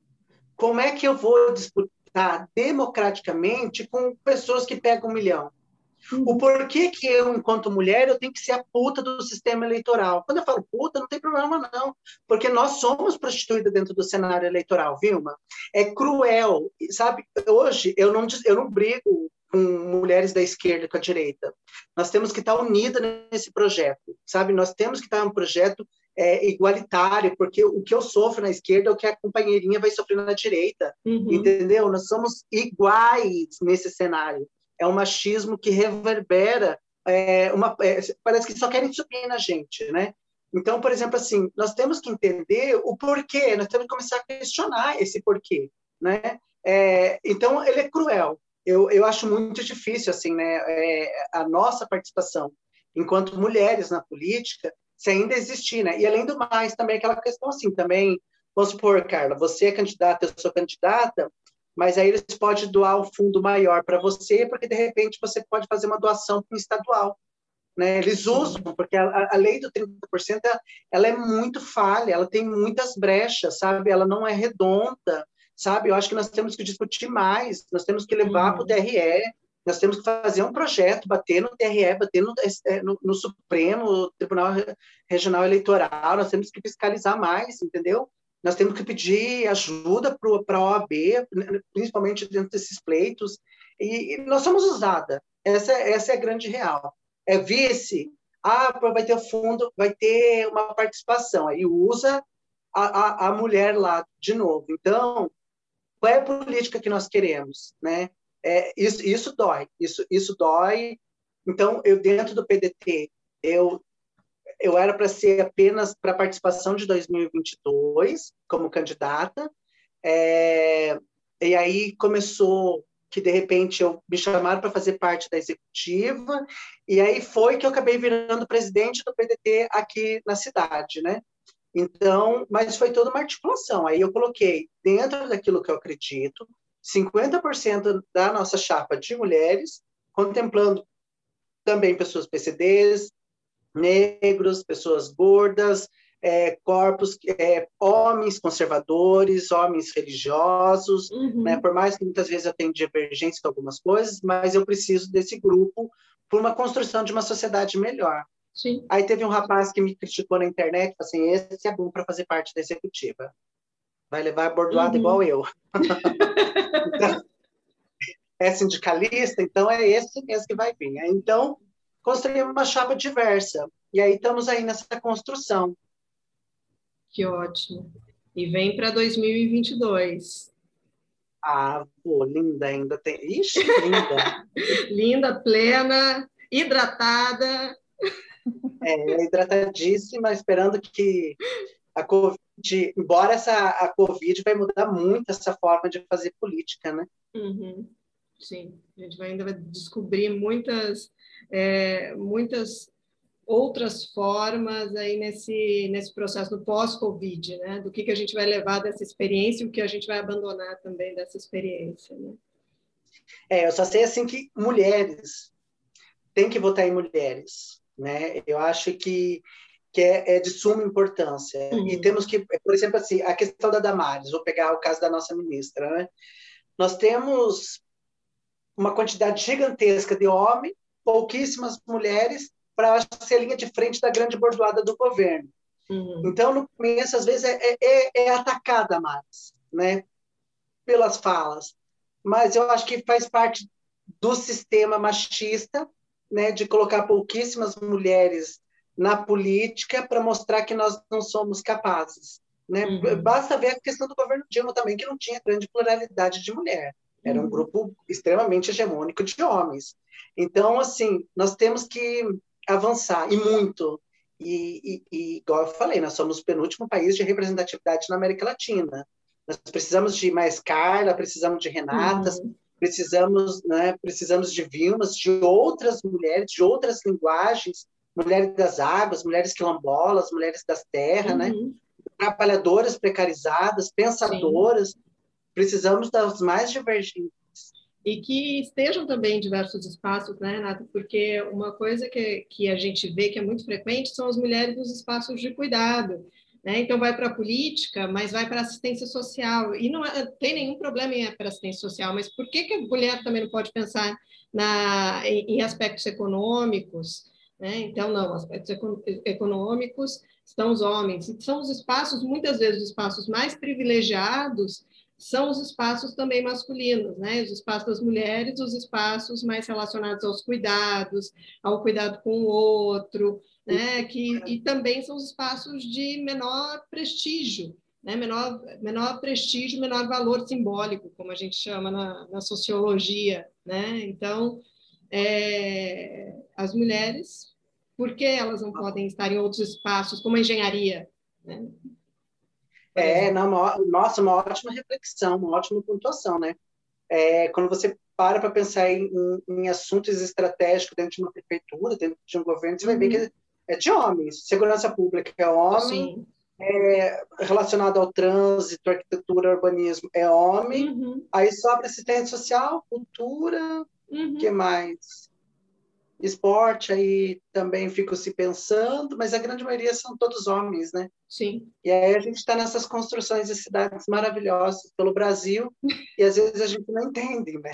Como é que eu vou disputar democraticamente com pessoas que pegam um milhão? Uhum. O porquê que eu, enquanto mulher, eu tenho que ser a puta do sistema eleitoral? Quando eu falo puta, não tem problema, não. Porque nós somos prostituídas dentro do cenário eleitoral, Vilma. É cruel, sabe? Hoje, eu não, eu não brigo com mulheres da esquerda e com a direita. Nós temos que estar unidas nesse projeto, sabe? Nós temos que estar um projeto é, igualitário, porque o que eu sofro na esquerda é o que a companheirinha vai sofrer na direita, uhum. Entendeu? Nós somos iguais nesse cenário. É um machismo que reverbera, é, uma, é, parece que só querem subir na gente, né? Então, por exemplo, assim, nós temos que entender o porquê, nós temos que começar a questionar esse porquê, né? É, então, ele é cruel. Eu, eu acho muito difícil, assim, né, é, a nossa participação enquanto mulheres na política, se ainda existir, né? E, além do mais, também aquela questão, assim, também vamos supor, Carla, você é candidata, eu sou candidata, mas aí eles podem doar um fundo maior para você, porque de repente você pode fazer uma doação para um estadual. Né? Eles usam, porque a, a lei do trinta por cento ela é muito falha, ela tem muitas brechas, sabe? Ela não é redonda, sabe? Eu acho que nós temos que discutir mais, nós temos que levar uhum. para o T R E, nós temos que fazer um projeto, bater no T R E, bater no, no, no Supremo, Tribunal Regional Eleitoral, nós temos que fiscalizar mais, entendeu? Nós temos que pedir ajuda para a O A B, principalmente dentro desses pleitos, e, e nós somos usada, essa, essa é a grande real. É vice, ah, vai ter fundo, vai ter uma participação, aí usa a, a, a mulher lá de novo. Então, qual é a política que nós queremos, né? É, isso, isso dói, isso, isso dói. Então, eu dentro do P D T, eu, eu era para ser apenas para participação de dois mil e vinte e dois, como candidata, é, e aí começou que, de repente, eu, me chamaram para fazer parte da executiva, e aí foi que eu acabei virando presidente do P D T aqui na cidade, né? Então, mas foi toda uma articulação. Aí eu coloquei, dentro daquilo que eu acredito, cinquenta por cento da nossa chapa de mulheres, contemplando também pessoas P C Ds, negros, pessoas gordas, é, corpos, é, homens conservadores, homens religiosos, uhum. né? Por mais que muitas vezes eu tenha divergência com algumas coisas, mas eu preciso desse grupo por uma construção de uma sociedade melhor. Sim. Aí teve um rapaz que me criticou na internet, assim, esse é bom para fazer parte da executiva. Vai levar bordoada uhum. igual eu. Então, é sindicalista, então é esse mesmo que vai vir. Então, construímos uma chapa diversa. E aí estamos aí nessa construção. Que ótimo. E vem para dois mil e vinte e dois. Ah, pô, linda ainda tem. Ixi, linda. Linda, plena, hidratada. É, hidratadíssima, esperando que a Covid, embora essa, a Covid vai mudar muito essa forma de fazer política, né? Uhum. Sim, a gente vai ainda vai descobrir muitas, é, muitas outras formas aí nesse, nesse processo do pós-Covid, né? Do que, que a gente vai levar dessa experiência e o que a gente vai abandonar também dessa experiência, né? É, eu só sei assim que mulheres têm que votar em mulheres, né? Eu acho que, que é, é de suma importância. Uhum. E temos que, por exemplo, assim, a questão da Damares, vou pegar o caso da nossa ministra, né? Nós temos uma quantidade gigantesca de homens, pouquíssimas mulheres, para ser a linha de frente da grande bordoada do governo. Uhum. Então, no começo, às vezes, é, é, é atacada mais, né? Pelas falas. Mas eu acho que faz parte do sistema machista, né? De colocar pouquíssimas mulheres na política para mostrar que nós não somos capazes. Né? Uhum. Basta ver a questão do governo Dilma também, que não tinha grande pluralidade de mulher. Era um uhum. grupo extremamente hegemônico de homens. Então, assim, nós temos que avançar, e muito. E, e, e, igual eu falei, nós somos o penúltimo país de representatividade na América Latina. Nós precisamos de mais Carla, precisamos de Renatas, uhum. precisamos, né, precisamos de Vilmas, de outras mulheres, de outras linguagens, mulheres das águas, mulheres quilombolas, mulheres das terras, uhum. né? Trabalhadoras precarizadas, pensadoras. Sim. Precisamos das mais divergentes. E que estejam também em diversos espaços, né, Renata? Porque uma coisa que, que a gente vê que é muito frequente são as mulheres nos espaços de cuidado, né? Então, vai para a política, mas vai para a assistência social. E não é, tem nenhum problema em ir para a assistência social, mas por que, que a mulher também não pode pensar na, em, em aspectos econômicos? Né? Então, não, aspectos econômicos estão os homens. E são os espaços, muitas vezes, os espaços mais privilegiados são os espaços também masculinos, né? Os espaços das mulheres, os espaços mais relacionados aos cuidados, ao cuidado com o outro, né? Que, e também são os espaços de menor prestígio, né? Menor, menor prestígio, menor valor simbólico, como a gente chama na, na sociologia, né? Então, é, as mulheres, por que elas não podem estar em outros espaços, como a engenharia, né? É, não, nossa, uma ótima reflexão, uma ótima pontuação, né? É, quando você para para pensar em, em assuntos estratégicos dentro de uma prefeitura, dentro de um governo, você uhum. vai ver que é de homens. Segurança pública é homem, é, relacionado ao trânsito, arquitetura, urbanismo, é homem. Uhum. Aí sobra assistência social, cultura, o Uhum. que mais? Esporte, aí também fico se pensando, mas a grande maioria são todos homens, né? Sim. E aí a gente está nessas construções de cidades maravilhosas pelo Brasil, e às vezes a gente não entende, né?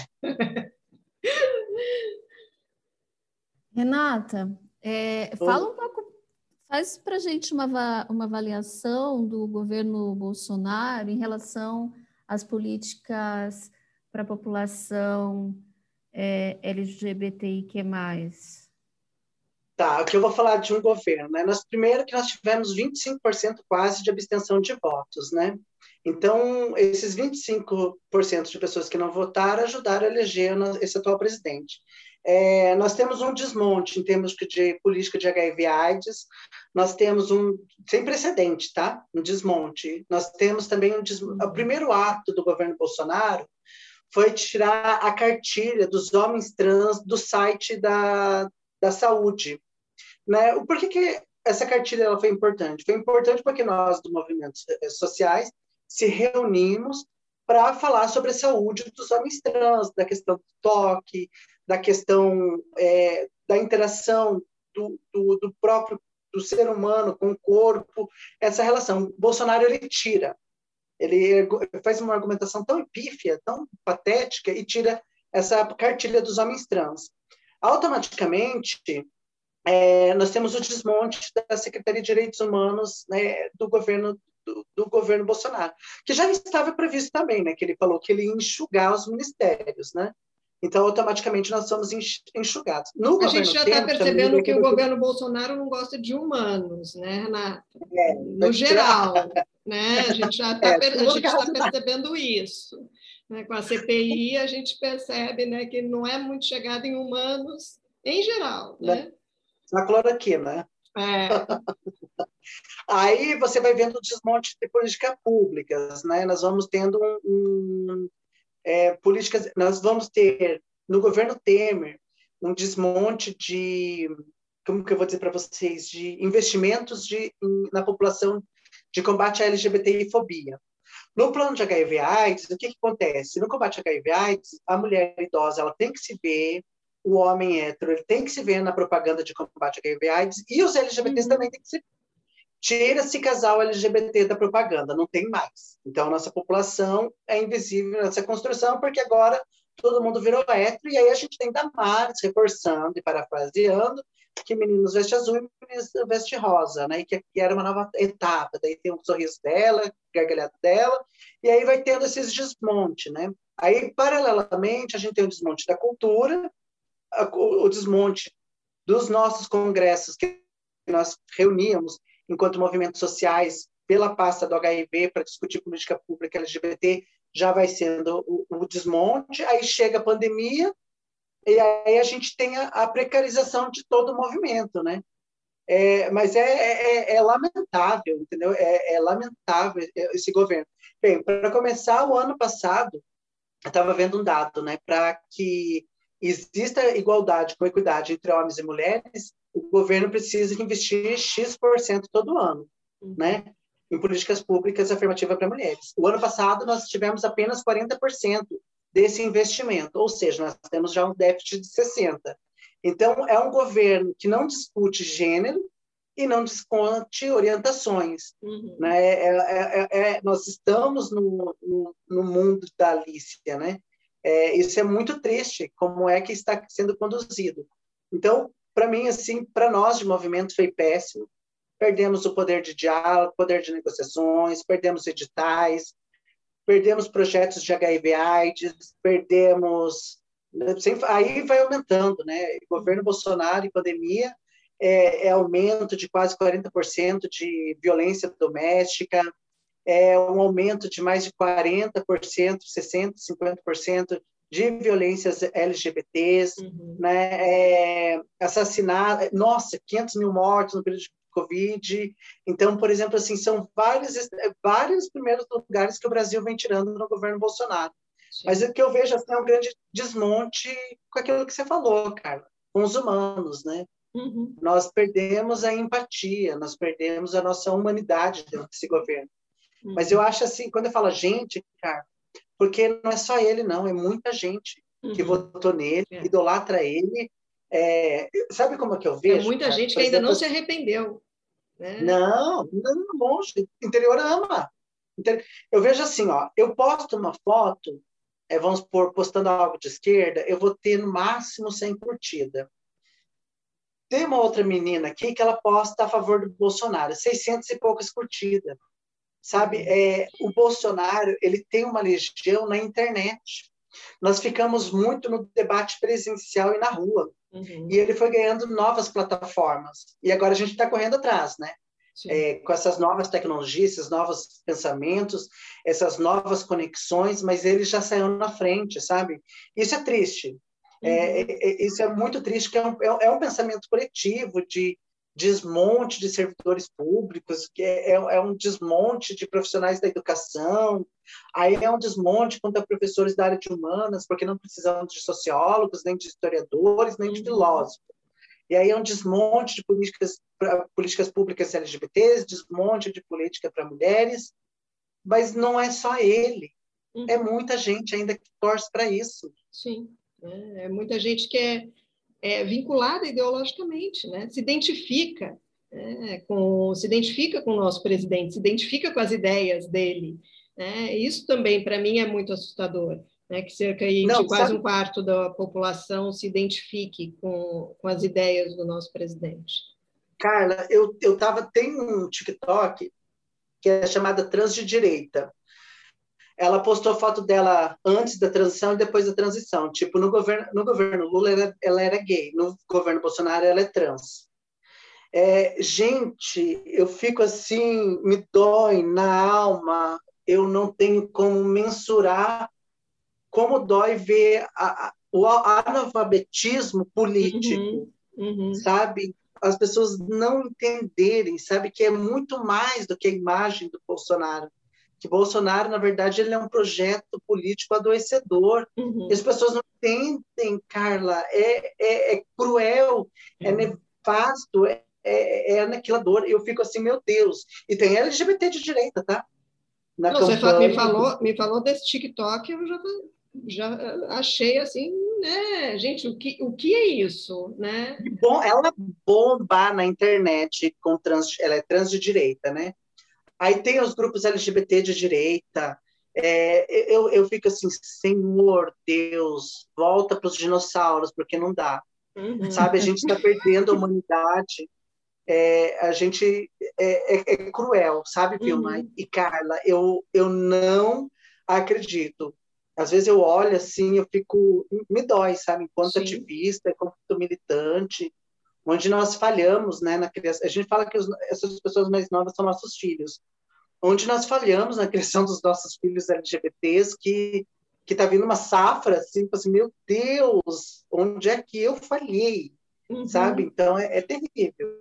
Renata, é, fala um pouco, faz para a gente uma, va- uma avaliação do governo Bolsonaro em relação às políticas para a população é, L G B T I Q mais. Tá, aqui eu vou falar de um governo, né? Nós, primeiro que nós tivemos vinte e cinco por cento quase de abstenção de votos, né? Então, esses vinte e cinco por cento de pessoas que não votaram ajudaram a eleger esse atual presidente. É, nós temos um desmonte em termos de política de H I V AIDS, nós temos um, sem precedente, tá? Um desmonte. Nós temos também um desmonte. O primeiro ato do governo Bolsonaro foi tirar a cartilha dos homens trans do site da, da saúde. Né? Por que, que essa cartilha ela foi importante? Foi importante porque nós, do movimentos sociais, se reunimos para falar sobre a saúde dos homens trans, da questão do toque, da questão é, da interação do, do, do próprio do ser humano com o corpo, essa relação. Bolsonaro, ele tira, ele faz uma argumentação tão pífia, tão patética, e tira essa cartilha dos homens trans. Automaticamente, É, nós temos o desmonte da Secretaria de Direitos Humanos, né, do governo do, do governo Bolsonaro, que já estava previsto também, né, que ele falou que ele ia enxugar os ministérios, né? Então, automaticamente, nós somos enxugados. No a gente já está percebendo também, que o governo Bolsonaro não gosta de humanos, né, Renata? É, no geral, né? A gente já está é, tá percebendo isso. Né? Com a C P I, a gente percebe, né, que não é muito chegado em humanos, em geral, né? Na cloroquina. É. Aí você vai vendo o desmonte de políticas públicas, né? Nós vamos tendo um, um, é, políticas, nós vamos ter no governo Temer um desmonte de, como que eu vou dizer para vocês, de investimentos de, na população de combate à L G B T I fobia. No plano de H I V/AIDS, o que, que acontece? No combate a H I V/AIDS, a mulher idosa ela tem que se ver, o homem hétero ele tem que se ver na propaganda de combate a H I V/AIDS, e os L G B Ts uhum. também tem que se ver. Tira-se casal L G B T da propaganda, não tem mais. Então, nossa população é invisível nessa construção, porque agora todo mundo virou hétero, e aí a gente tem Damares reforçando e parafraseando que meninos vestem azul e meninos vestem rosa, né? E que, que era uma nova etapa. Daí tem um sorriso dela, gargalhado dela, e aí vai tendo esses desmontes, né? Aí, paralelamente, a gente tem o desmonte da cultura, o, o desmonte dos nossos congressos que nós reuníamos enquanto movimentos sociais pela pasta do H I V para discutir política pública L G B T, já vai sendo o, o desmonte, aí chega a pandemia, e aí a gente tem a, a precarização de todo o movimento, né? É, mas é, é, é lamentável, entendeu? É, é lamentável esse governo. Bem, para começar, o ano passado, eu estava vendo um dado, né? Para que exista igualdade com equidade entre homens e mulheres, o governo precisa investir X% todo ano, uhum. né? Em políticas públicas afirmativas para mulheres. O ano passado, nós tivemos apenas quarenta por cento desse investimento, ou seja, nós temos já um déficit de sessenta por cento. Então, é um governo que não discute gênero e não discute orientações. Uhum. Né? É, é, é, nós estamos no, no, no mundo da Alicia, né? É, isso é muito triste, como é que está sendo conduzido. Então, para mim, assim, para nós de movimento foi péssimo. Perdemos o poder de diálogo, poder de negociações, perdemos editais, perdemos projetos de H I V/AIDS, perdemos... Aí vai aumentando, né? Governo Bolsonaro e pandemia, é, é aumento de quase quarenta por cento de violência doméstica, é um aumento de mais de quarenta por cento, sessenta por cento, cinquenta por cento de violências L G B Ts, uhum. né? É, assassinato, nossa, quinhentos mil mortos no período de Covid. Então, por exemplo, assim, são vários, vários primeiros lugares que o Brasil vem tirando no governo Bolsonaro. Sim. Mas o que eu vejo assim, é um grande desmonte com aquilo que você falou, Carla, com os humanos, né? Uhum. Nós perdemos a empatia, nós perdemos a nossa humanidade dentro desse governo. Uhum. Mas eu acho assim, quando eu falo gente, cara, porque não é só ele, não, é muita gente uhum. que votou nele, é. idolatra ele. É, sabe como é que eu vejo? É muita cara? gente que ainda exemplo, não se arrependeu. Né? Não, não, longe. Interior ama. Eu vejo assim, ó, eu posto uma foto, é, vamos supor, postando algo de esquerda, eu vou ter no máximo cem curtidas. Tem uma outra menina aqui que ela posta a favor do Bolsonaro, seiscentas e poucas curtidas. Sabe, é, o Bolsonaro, ele tem uma legião na internet. Nós ficamos muito no debate presencial e na rua. Uhum. E ele foi ganhando novas plataformas. E agora a gente está correndo atrás, né? É, com essas novas tecnologias, esses novos pensamentos, essas novas conexões, mas ele já saiu na frente, sabe? Isso é triste. Uhum. É, é, isso é muito triste, que é um, é um pensamento coletivo de desmonte de servidores públicos, que é, é um desmonte de profissionais da educação, aí é um desmonte contra professores da área de humanas, porque não precisamos de sociólogos, nem de historiadores, nem de filósofos. E aí é um desmonte de políticas, políticas públicas L G B Ts, desmonte de política para mulheres, mas não é só ele, uhum. é muita gente ainda que torce para isso. Sim, é, é muita gente que é É, vinculada ideologicamente, né? Se identifica, é, com, se identifica com o nosso presidente, se identifica com as ideias dele. Né? Isso também, para mim, é muito assustador, né? Que cerca aí Não, de quase sabe... um quarto da população se identifique com, com as ideias do nosso presidente. Carla, eu, eu tava, tem um TikTok que é chamada Trans de Direita. Ela postou foto dela antes da transição e depois da transição. Tipo, no governo, no governo Lula, ela, ela era gay. No governo Bolsonaro, ela é trans. É, gente, eu fico assim, me dói na alma. Eu não tenho como mensurar como dói ver a, a, o analfabetismo político, uhum, uhum. sabe? As pessoas não entenderem, sabe? Que é muito mais do que a imagem do Bolsonaro. Que Bolsonaro, na verdade, ele é um projeto político adoecedor. Uhum. As pessoas não entendem, Carla, é, é, é cruel, uhum. é nefasto, é, é, é aniquilador. Eu fico assim, meu Deus. E tem L G B T de direita, tá? Na não, campanha... Você me falou, me falou desse TikTok, eu já, já achei assim, né? Gente, o que, o que é isso, né? Bom, ela bomba na internet, com trans, ela é trans de direita, né? Aí tem os grupos L G B T de direita. É, eu, eu fico assim, Senhor Deus, volta para os dinossauros, porque não dá. Uhum. Sabe, a gente está perdendo a humanidade. É, a gente é, é, é cruel, sabe, Vilma? Uhum. E, Carla, eu, eu não acredito. Às vezes eu olho assim, eu fico... Me dói, sabe? Enquanto Sim. ativista, enquanto militante, onde nós falhamos, né, na criação. A gente fala que os, essas pessoas mais novas são nossos filhos. Onde nós falhamos na criação dos nossos filhos L G B Ts, que que está vindo uma safra, assim, assim, meu Deus, onde é que eu falhei? Uhum. Sabe? Então, é, é terrível.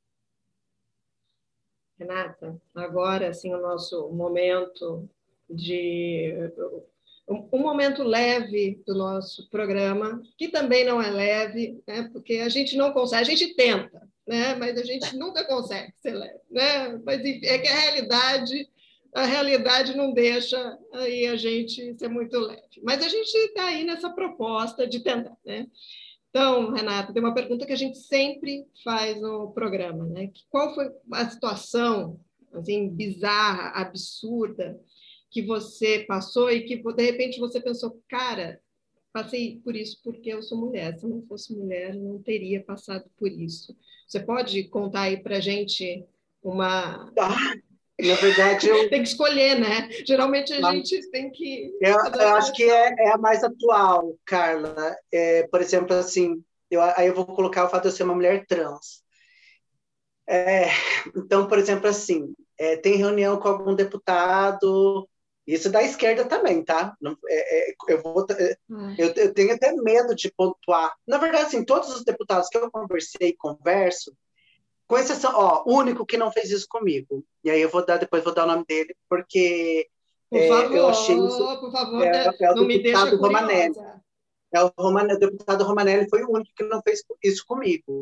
Renata, agora, assim, o nosso momento de... um momento leve do nosso programa, que também não é leve, né? Porque a gente não consegue, a gente tenta, né? Mas a gente nunca consegue ser leve, né? Mas é que a realidade, a realidade não deixa aí a gente ser muito leve. Mas a gente está aí nessa proposta de tentar, né? Então, Renata, tem uma pergunta que a gente sempre faz no programa, né? Qual foi a situação assim, bizarra, absurda, que você passou e que, de repente, você pensou, cara, passei por isso porque eu sou mulher. Se eu não fosse mulher, eu não teria passado por isso. Você pode contar aí para a gente uma... Ah, na verdade, eu... tem que escolher, né? Geralmente a gente tem que... Eu, eu acho que é, é a mais atual, Carla. É, por exemplo, assim, eu, aí eu vou colocar o fato de eu ser uma mulher trans. É, então, por exemplo, assim, é, tem reunião com algum deputado, isso da esquerda também, tá? Não, é, é, eu, vou, hum. eu, eu tenho até medo de pontuar. Na verdade, assim, todos os deputados que eu conversei e converso, com exceção, ó, o único que não fez isso comigo, e aí eu vou dar, depois vou dar o nome dele, porque por favor, é, eu achei isso, por favor, é, é não me deixa Romanelli. curiosa. É, o, Romanelli, o deputado Romanelli foi o único que não fez isso comigo.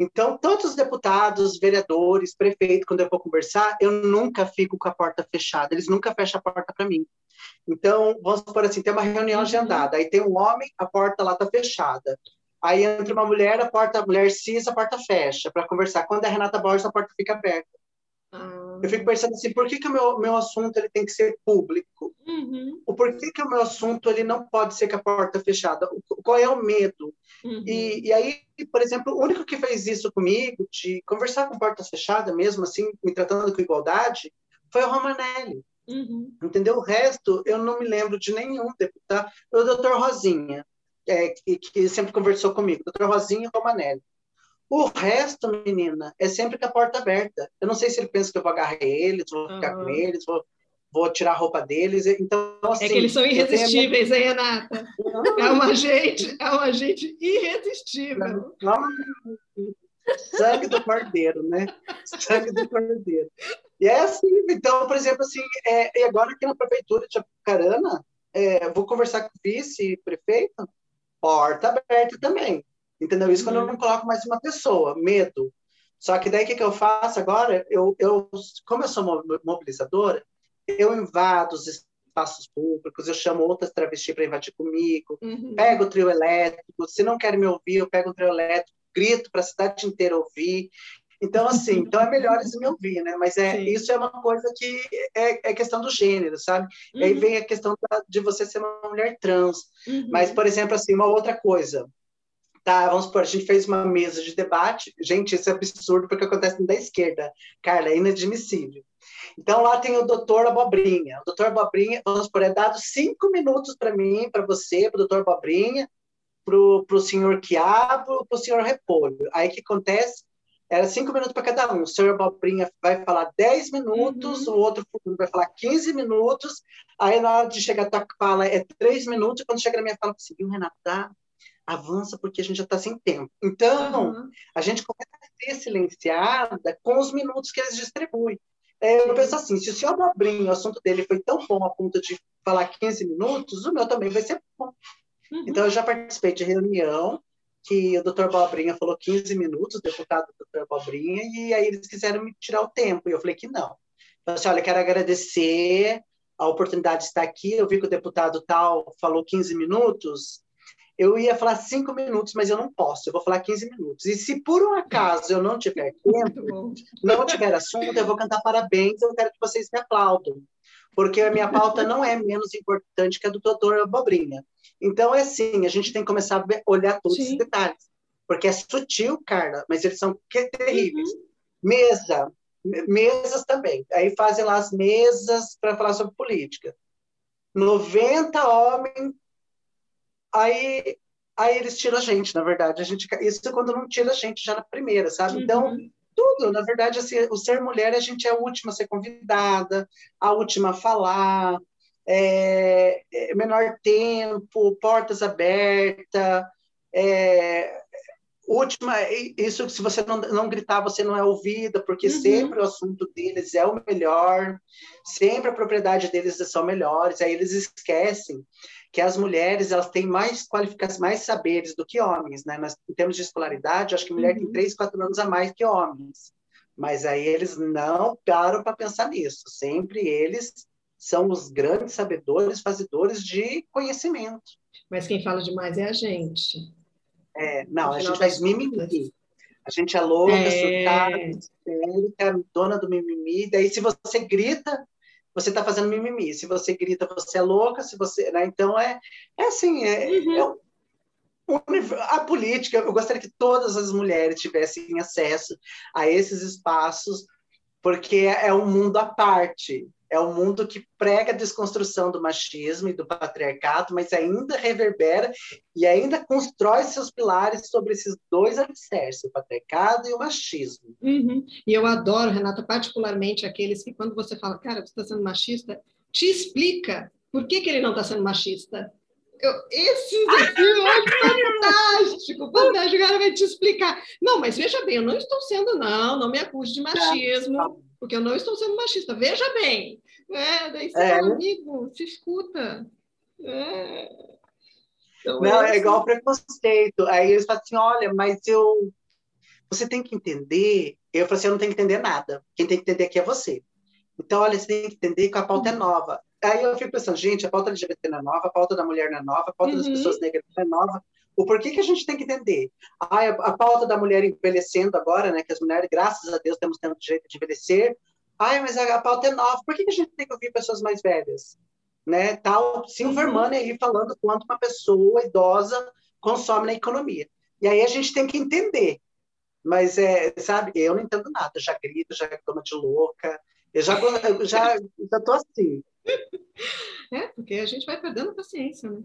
Então, todos os deputados, vereadores, prefeitos, quando eu vou conversar, eu nunca fico com a porta fechada, eles nunca fecham a porta para mim. Então, vamos supor assim, tem uma reunião agendada, aí tem um homem, a porta lá está fechada. Aí entra uma mulher, a porta, a mulher cis, a porta fecha para conversar. Quando é a Renata Borges, a porta fica aberta. Ah. Eu fico pensando assim, por que, que o meu, meu assunto ele tem que ser público? Uhum. O porquê que o meu assunto ele não pode ser com a porta fechada? Qual é o medo? Uhum. E, e aí, por exemplo, o único que fez isso comigo, de conversar com porta fechada mesmo, assim, me tratando com igualdade, foi o Romanelli. Uhum. Entendeu? O resto, eu não me lembro de nenhum deputado. O doutor Rosinha, é, que, que sempre conversou comigo, doutor Rosinha e Romanelli. O resto, menina, é sempre com a porta aberta. Eu não sei se ele pensa que eu vou agarrar eles, vou ficar uhum. com eles, vou, vou tirar a roupa deles. Então, assim... É que eles são irresistíveis, minha... hein, Renata? É uma gente, é uma gente irresistível. Sangue do cordeiro, né? Sangue do cordeiro. E é assim, então, por exemplo, assim, é, e agora aqui na prefeitura de Apucarana, é, vou conversar com o vice-prefeito, porta aberta também. Entendeu? Isso uhum. quando eu não coloco mais uma pessoa, medo. Só que daí o que, que eu faço agora? Eu, eu, como eu sou mobilizadora, eu invado os espaços públicos, eu chamo outras travestis para invadir comigo, uhum. pego o trio elétrico, se não querem me ouvir, eu pego o trio elétrico, grito para a cidade inteira ouvir. Então, assim, então é melhor eles me ouvir, né? Mas é, isso é uma coisa que é, é questão do gênero, sabe? Uhum. Aí vem a questão da, de você ser uma mulher trans. Uhum. Mas, por exemplo, assim, uma outra coisa. Tá, vamos supor, a gente fez uma mesa de debate. Gente, isso é absurdo porque acontece da esquerda. Carla, é inadmissível. Então, lá tem o doutor Abobrinha. O doutor Abobrinha, vamos supor, é dado cinco minutos para mim, para você, para o doutor Abobrinha, para o senhor Quiabo, para o senhor Repolho. Aí o que acontece? Era cinco minutos para cada um. O senhor Abobrinha vai falar dez minutos, uhum. o outro vai falar quinze minutos, aí na hora de chegar a tua fala é três minutos, e quando chega na minha fala, assim, Renata, tá? Avança porque a gente já está sem tempo. Então, uhum. a gente começa a ser silenciada com os minutos que eles distribuem. É, eu penso assim, se o senhor Abobrinha, o assunto dele foi tão bom a ponto de falar quinze minutos, o meu também vai ser bom. Uhum. Então, eu já participei de reunião que o doutor Abobrinha falou quinze minutos, o deputado doutor Abobrinha, e aí eles quiseram me tirar o tempo, e eu falei que não. Então, assim, olha, quero agradecer a oportunidade de estar aqui, eu vi que o deputado tal falou quinze minutos, eu ia falar cinco minutos, mas eu não posso, eu vou falar quinze minutos. E se por um acaso eu não tiver tempo, não tiver assunto, eu vou cantar parabéns, eu quero que vocês me aplaudam, porque a minha pauta não é menos importante que a do doutor Abobrinha. Então, é assim, a gente tem que começar a ver, olhar todos Sim. esses detalhes, porque é sutil, Carla, mas eles são terríveis. Uhum. Mesa, mesas também. Aí fazem lá as mesas para falar sobre política. noventa homens, aí, aí eles tiram a gente, na verdade. A gente, isso é quando não tira a gente já na primeira, sabe? Uhum. Então, tudo, na verdade, assim, o ser mulher, a gente é a última a ser convidada, a última a falar, é, é menor tempo, portas abertas, é, última, isso se você não, não gritar, você não é ouvida, porque uhum. sempre o assunto deles é o melhor, sempre a propriedade deles são melhores, aí eles esquecem que as mulheres elas têm mais qualificações, mais saberes do que homens, né? Mas, em termos de escolaridade, acho que mulher uhum. tem três, quatro anos a mais que homens. Mas aí eles não param para pensar nisso. Sempre eles são os grandes sabedores, fazedores de conhecimento. Mas quem fala demais é a gente. É, não, a gente faz mimimi. A gente é louca, é... surtada, histérica, dona do mimimi. Daí, se você grita, você está fazendo mimimi. Se você grita, você é louca. Se você, né? Então, é, é assim, é, uhum. é um, a política, eu gostaria que todas as mulheres tivessem acesso a esses espaços, porque é um mundo à parte. É um mundo que prega a desconstrução do machismo e do patriarcado, mas ainda reverbera e ainda constrói seus pilares sobre esses dois alicerces, o patriarcado e o machismo. Uhum. E eu adoro, Renata, particularmente aqueles que, quando você fala, cara, você está sendo machista, te explica por que, que ele não está sendo machista. Eu, esses aqui eu acho fantástico, fantástico, o cara vai te explicar. Não, mas veja bem, eu não estou sendo, não, não me acuse de machismo, porque eu não estou sendo machista, veja bem. É, daí você é. fala, amigo, se escuta. É. Então, não, é, é igual preconceito. Aí eles falam assim, olha, mas eu... você tem que entender... Eu falei assim, eu não tenho que entender nada. Quem tem que entender aqui é você. Então, olha, você tem que entender que a pauta é nova. Aí eu fico pensando, gente, a pauta L G B T não é nova, a pauta da mulher não é nova, a pauta uhum. das pessoas negras não é nova. O porquê que a gente tem que entender? Ah, a pauta da mulher envelhecendo agora, né, que as mulheres, graças a Deus, temos tendo direito de envelhecer. Ah, mas a, a pauta é nova. Por que, que a gente tem que ouvir pessoas mais velhas? Né? Tal Silverman aí falando quanto uma pessoa idosa consome na economia. E aí a gente tem que entender. Mas, é, sabe, eu não entendo nada. Já grito, já tomo de louca. Eu já, eu já, já tô assim. É, porque a gente vai perdendo paciência, né?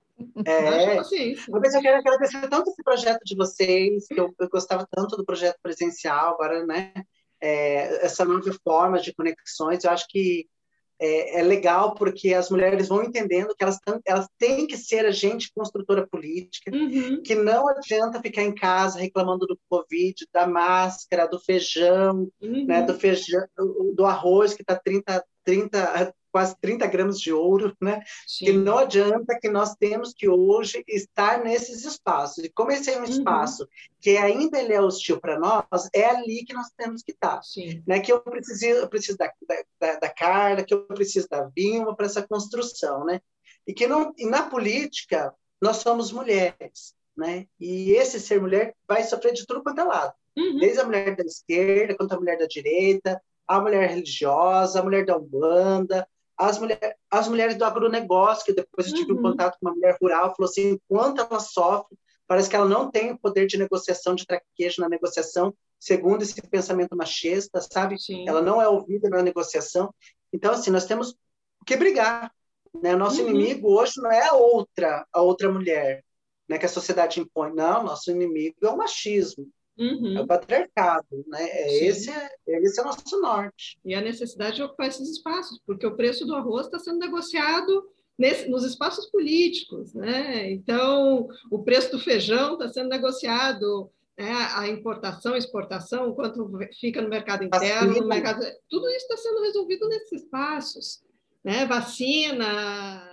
É, paciência. Mas eu quero agradecer tanto esse projeto de vocês, que eu, eu gostava tanto do projeto presencial, agora, né? É, essa nova forma de conexões, eu acho que é, é legal porque as mulheres vão entendendo que elas, elas têm que ser agente construtora política, uhum. que não adianta ficar em casa reclamando do Covid, da máscara, do feijão, uhum. né, do feijão, do arroz que está trinta, trinta, quase trinta gramas de ouro, né? Sim. Que não adianta, que nós temos que hoje estar nesses espaços. E como esse é um espaço uhum. que ainda ele é hostil para nós, é ali que nós temos que estar. Sim. Né? Que eu preciso, eu preciso da, da, da Carla, que eu preciso da Vilma para essa construção. Né? E que não, e na política, nós somos mulheres. Né? E esse ser mulher vai sofrer de tudo quanto é lado. Uhum. Desde a mulher da esquerda, quanto a mulher da direita, a mulher religiosa, a mulher da Umbanda, as, mulher, as mulheres do agronegócio, que depois eu tive uhum. um contato com uma mulher rural, falou assim, enquanto ela sofre, parece que ela não tem o poder de negociação, de traquejo na negociação, segundo esse pensamento machista, sabe? Sim. Ela não é ouvida na negociação. Então, assim, nós temos que brigar. Né? Nosso uhum. inimigo hoje não é a outra, a outra mulher, né, que a sociedade impõe. Não, nosso inimigo é o machismo. Uhum. É o patriarcado, né? É esse, é, esse é o nosso norte. E a necessidade de ocupar esses espaços, porque o preço do arroz está sendo negociado nesse, nos espaços políticos, né? Então, o preço do feijão está sendo negociado, né? A importação, exportação, quanto fica no mercado interno, no mercado... Tudo isso está sendo resolvido nesses espaços, né? Vacina...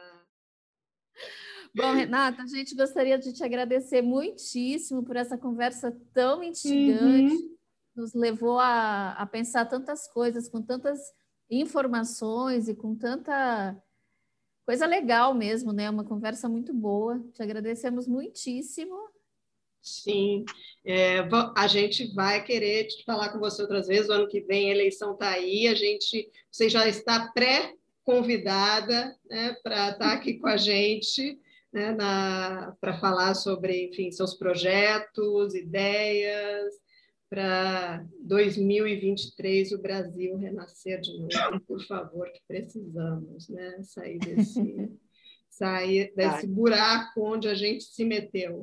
Bom, Renata, a gente gostaria de te agradecer muitíssimo por essa conversa tão instigante, uhum. nos levou a, a pensar tantas coisas, com tantas informações e com tanta coisa legal mesmo, né? Uma conversa muito boa. Te agradecemos muitíssimo. Sim, é, a gente vai querer te falar com você outras vezes. O ano que vem a eleição está aí, a gente, você já está pré-convidada, né, para estar aqui com a gente. Né, para falar sobre, enfim, seus projetos, ideias, para dois mil e vinte e três o Brasil renascer de novo, por favor, que precisamos, né, sair desse, sair desse buraco onde a gente se meteu.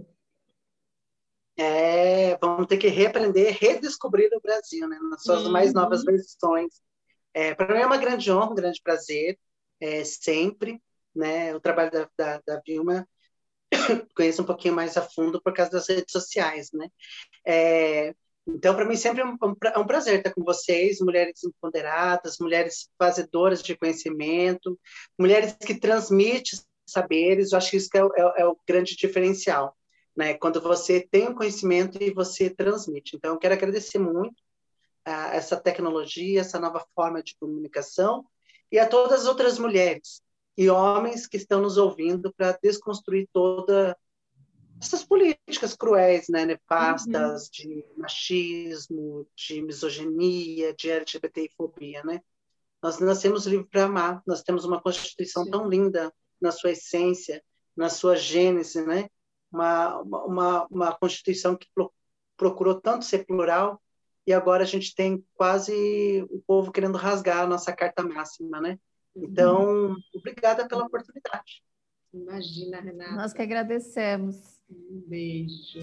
É, vamos ter que reaprender, redescobrir o Brasil, né, nas suas uhum. mais novas versões. É, para mim é uma grande honra, um grande prazer, é, sempre. Né, o trabalho da, da, da Vilma conheço um pouquinho mais a fundo por causa das redes sociais, né? É, então, para mim, sempre é um, é um prazer estar com vocês, mulheres empoderadas, mulheres fazedoras de conhecimento, mulheres que transmitem saberes. Eu acho que isso que é, é, é o grande diferencial, né? Quando você tem um conhecimento e você transmite. Então, eu quero agradecer muito a essa tecnologia, essa nova forma de comunicação e a todas as outras mulheres e homens que estão nos ouvindo para desconstruir todas essas políticas cruéis, né, nefastas, uhum. de machismo, de misoginia, de LGBTfobia, né? Nós nascemos livres para amar, nós temos uma Constituição Sim. tão linda na sua essência, na sua gênese, né? Uma, uma, uma Constituição que pro, procurou tanto ser plural e agora a gente tem quase o povo querendo rasgar a nossa carta máxima, né? Então, obrigada pela oportunidade. Imagina, Renata. Nós que agradecemos. Um beijo.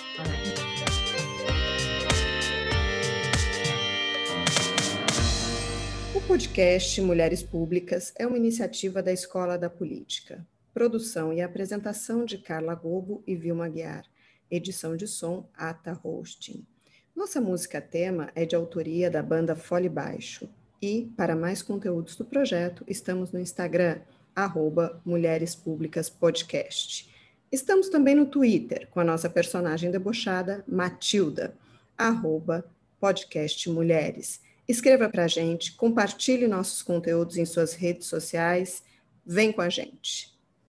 O podcast Mulheres Públicas é uma iniciativa da Escola da Política. Produção e apresentação de Carla Gobo e Vilma Aguiar. Edição de som, Ata Hosting. Nossa música tema é de autoria da banda Fole Baixo. E, para mais conteúdos do projeto, estamos no Instagram, arroba Mulheres Públicas Podcast. Estamos também no Twitter, com a nossa personagem debochada, Matilda. arroba podcast mulheres. Escreva para a gente, compartilhe nossos conteúdos em suas redes sociais, vem com a gente.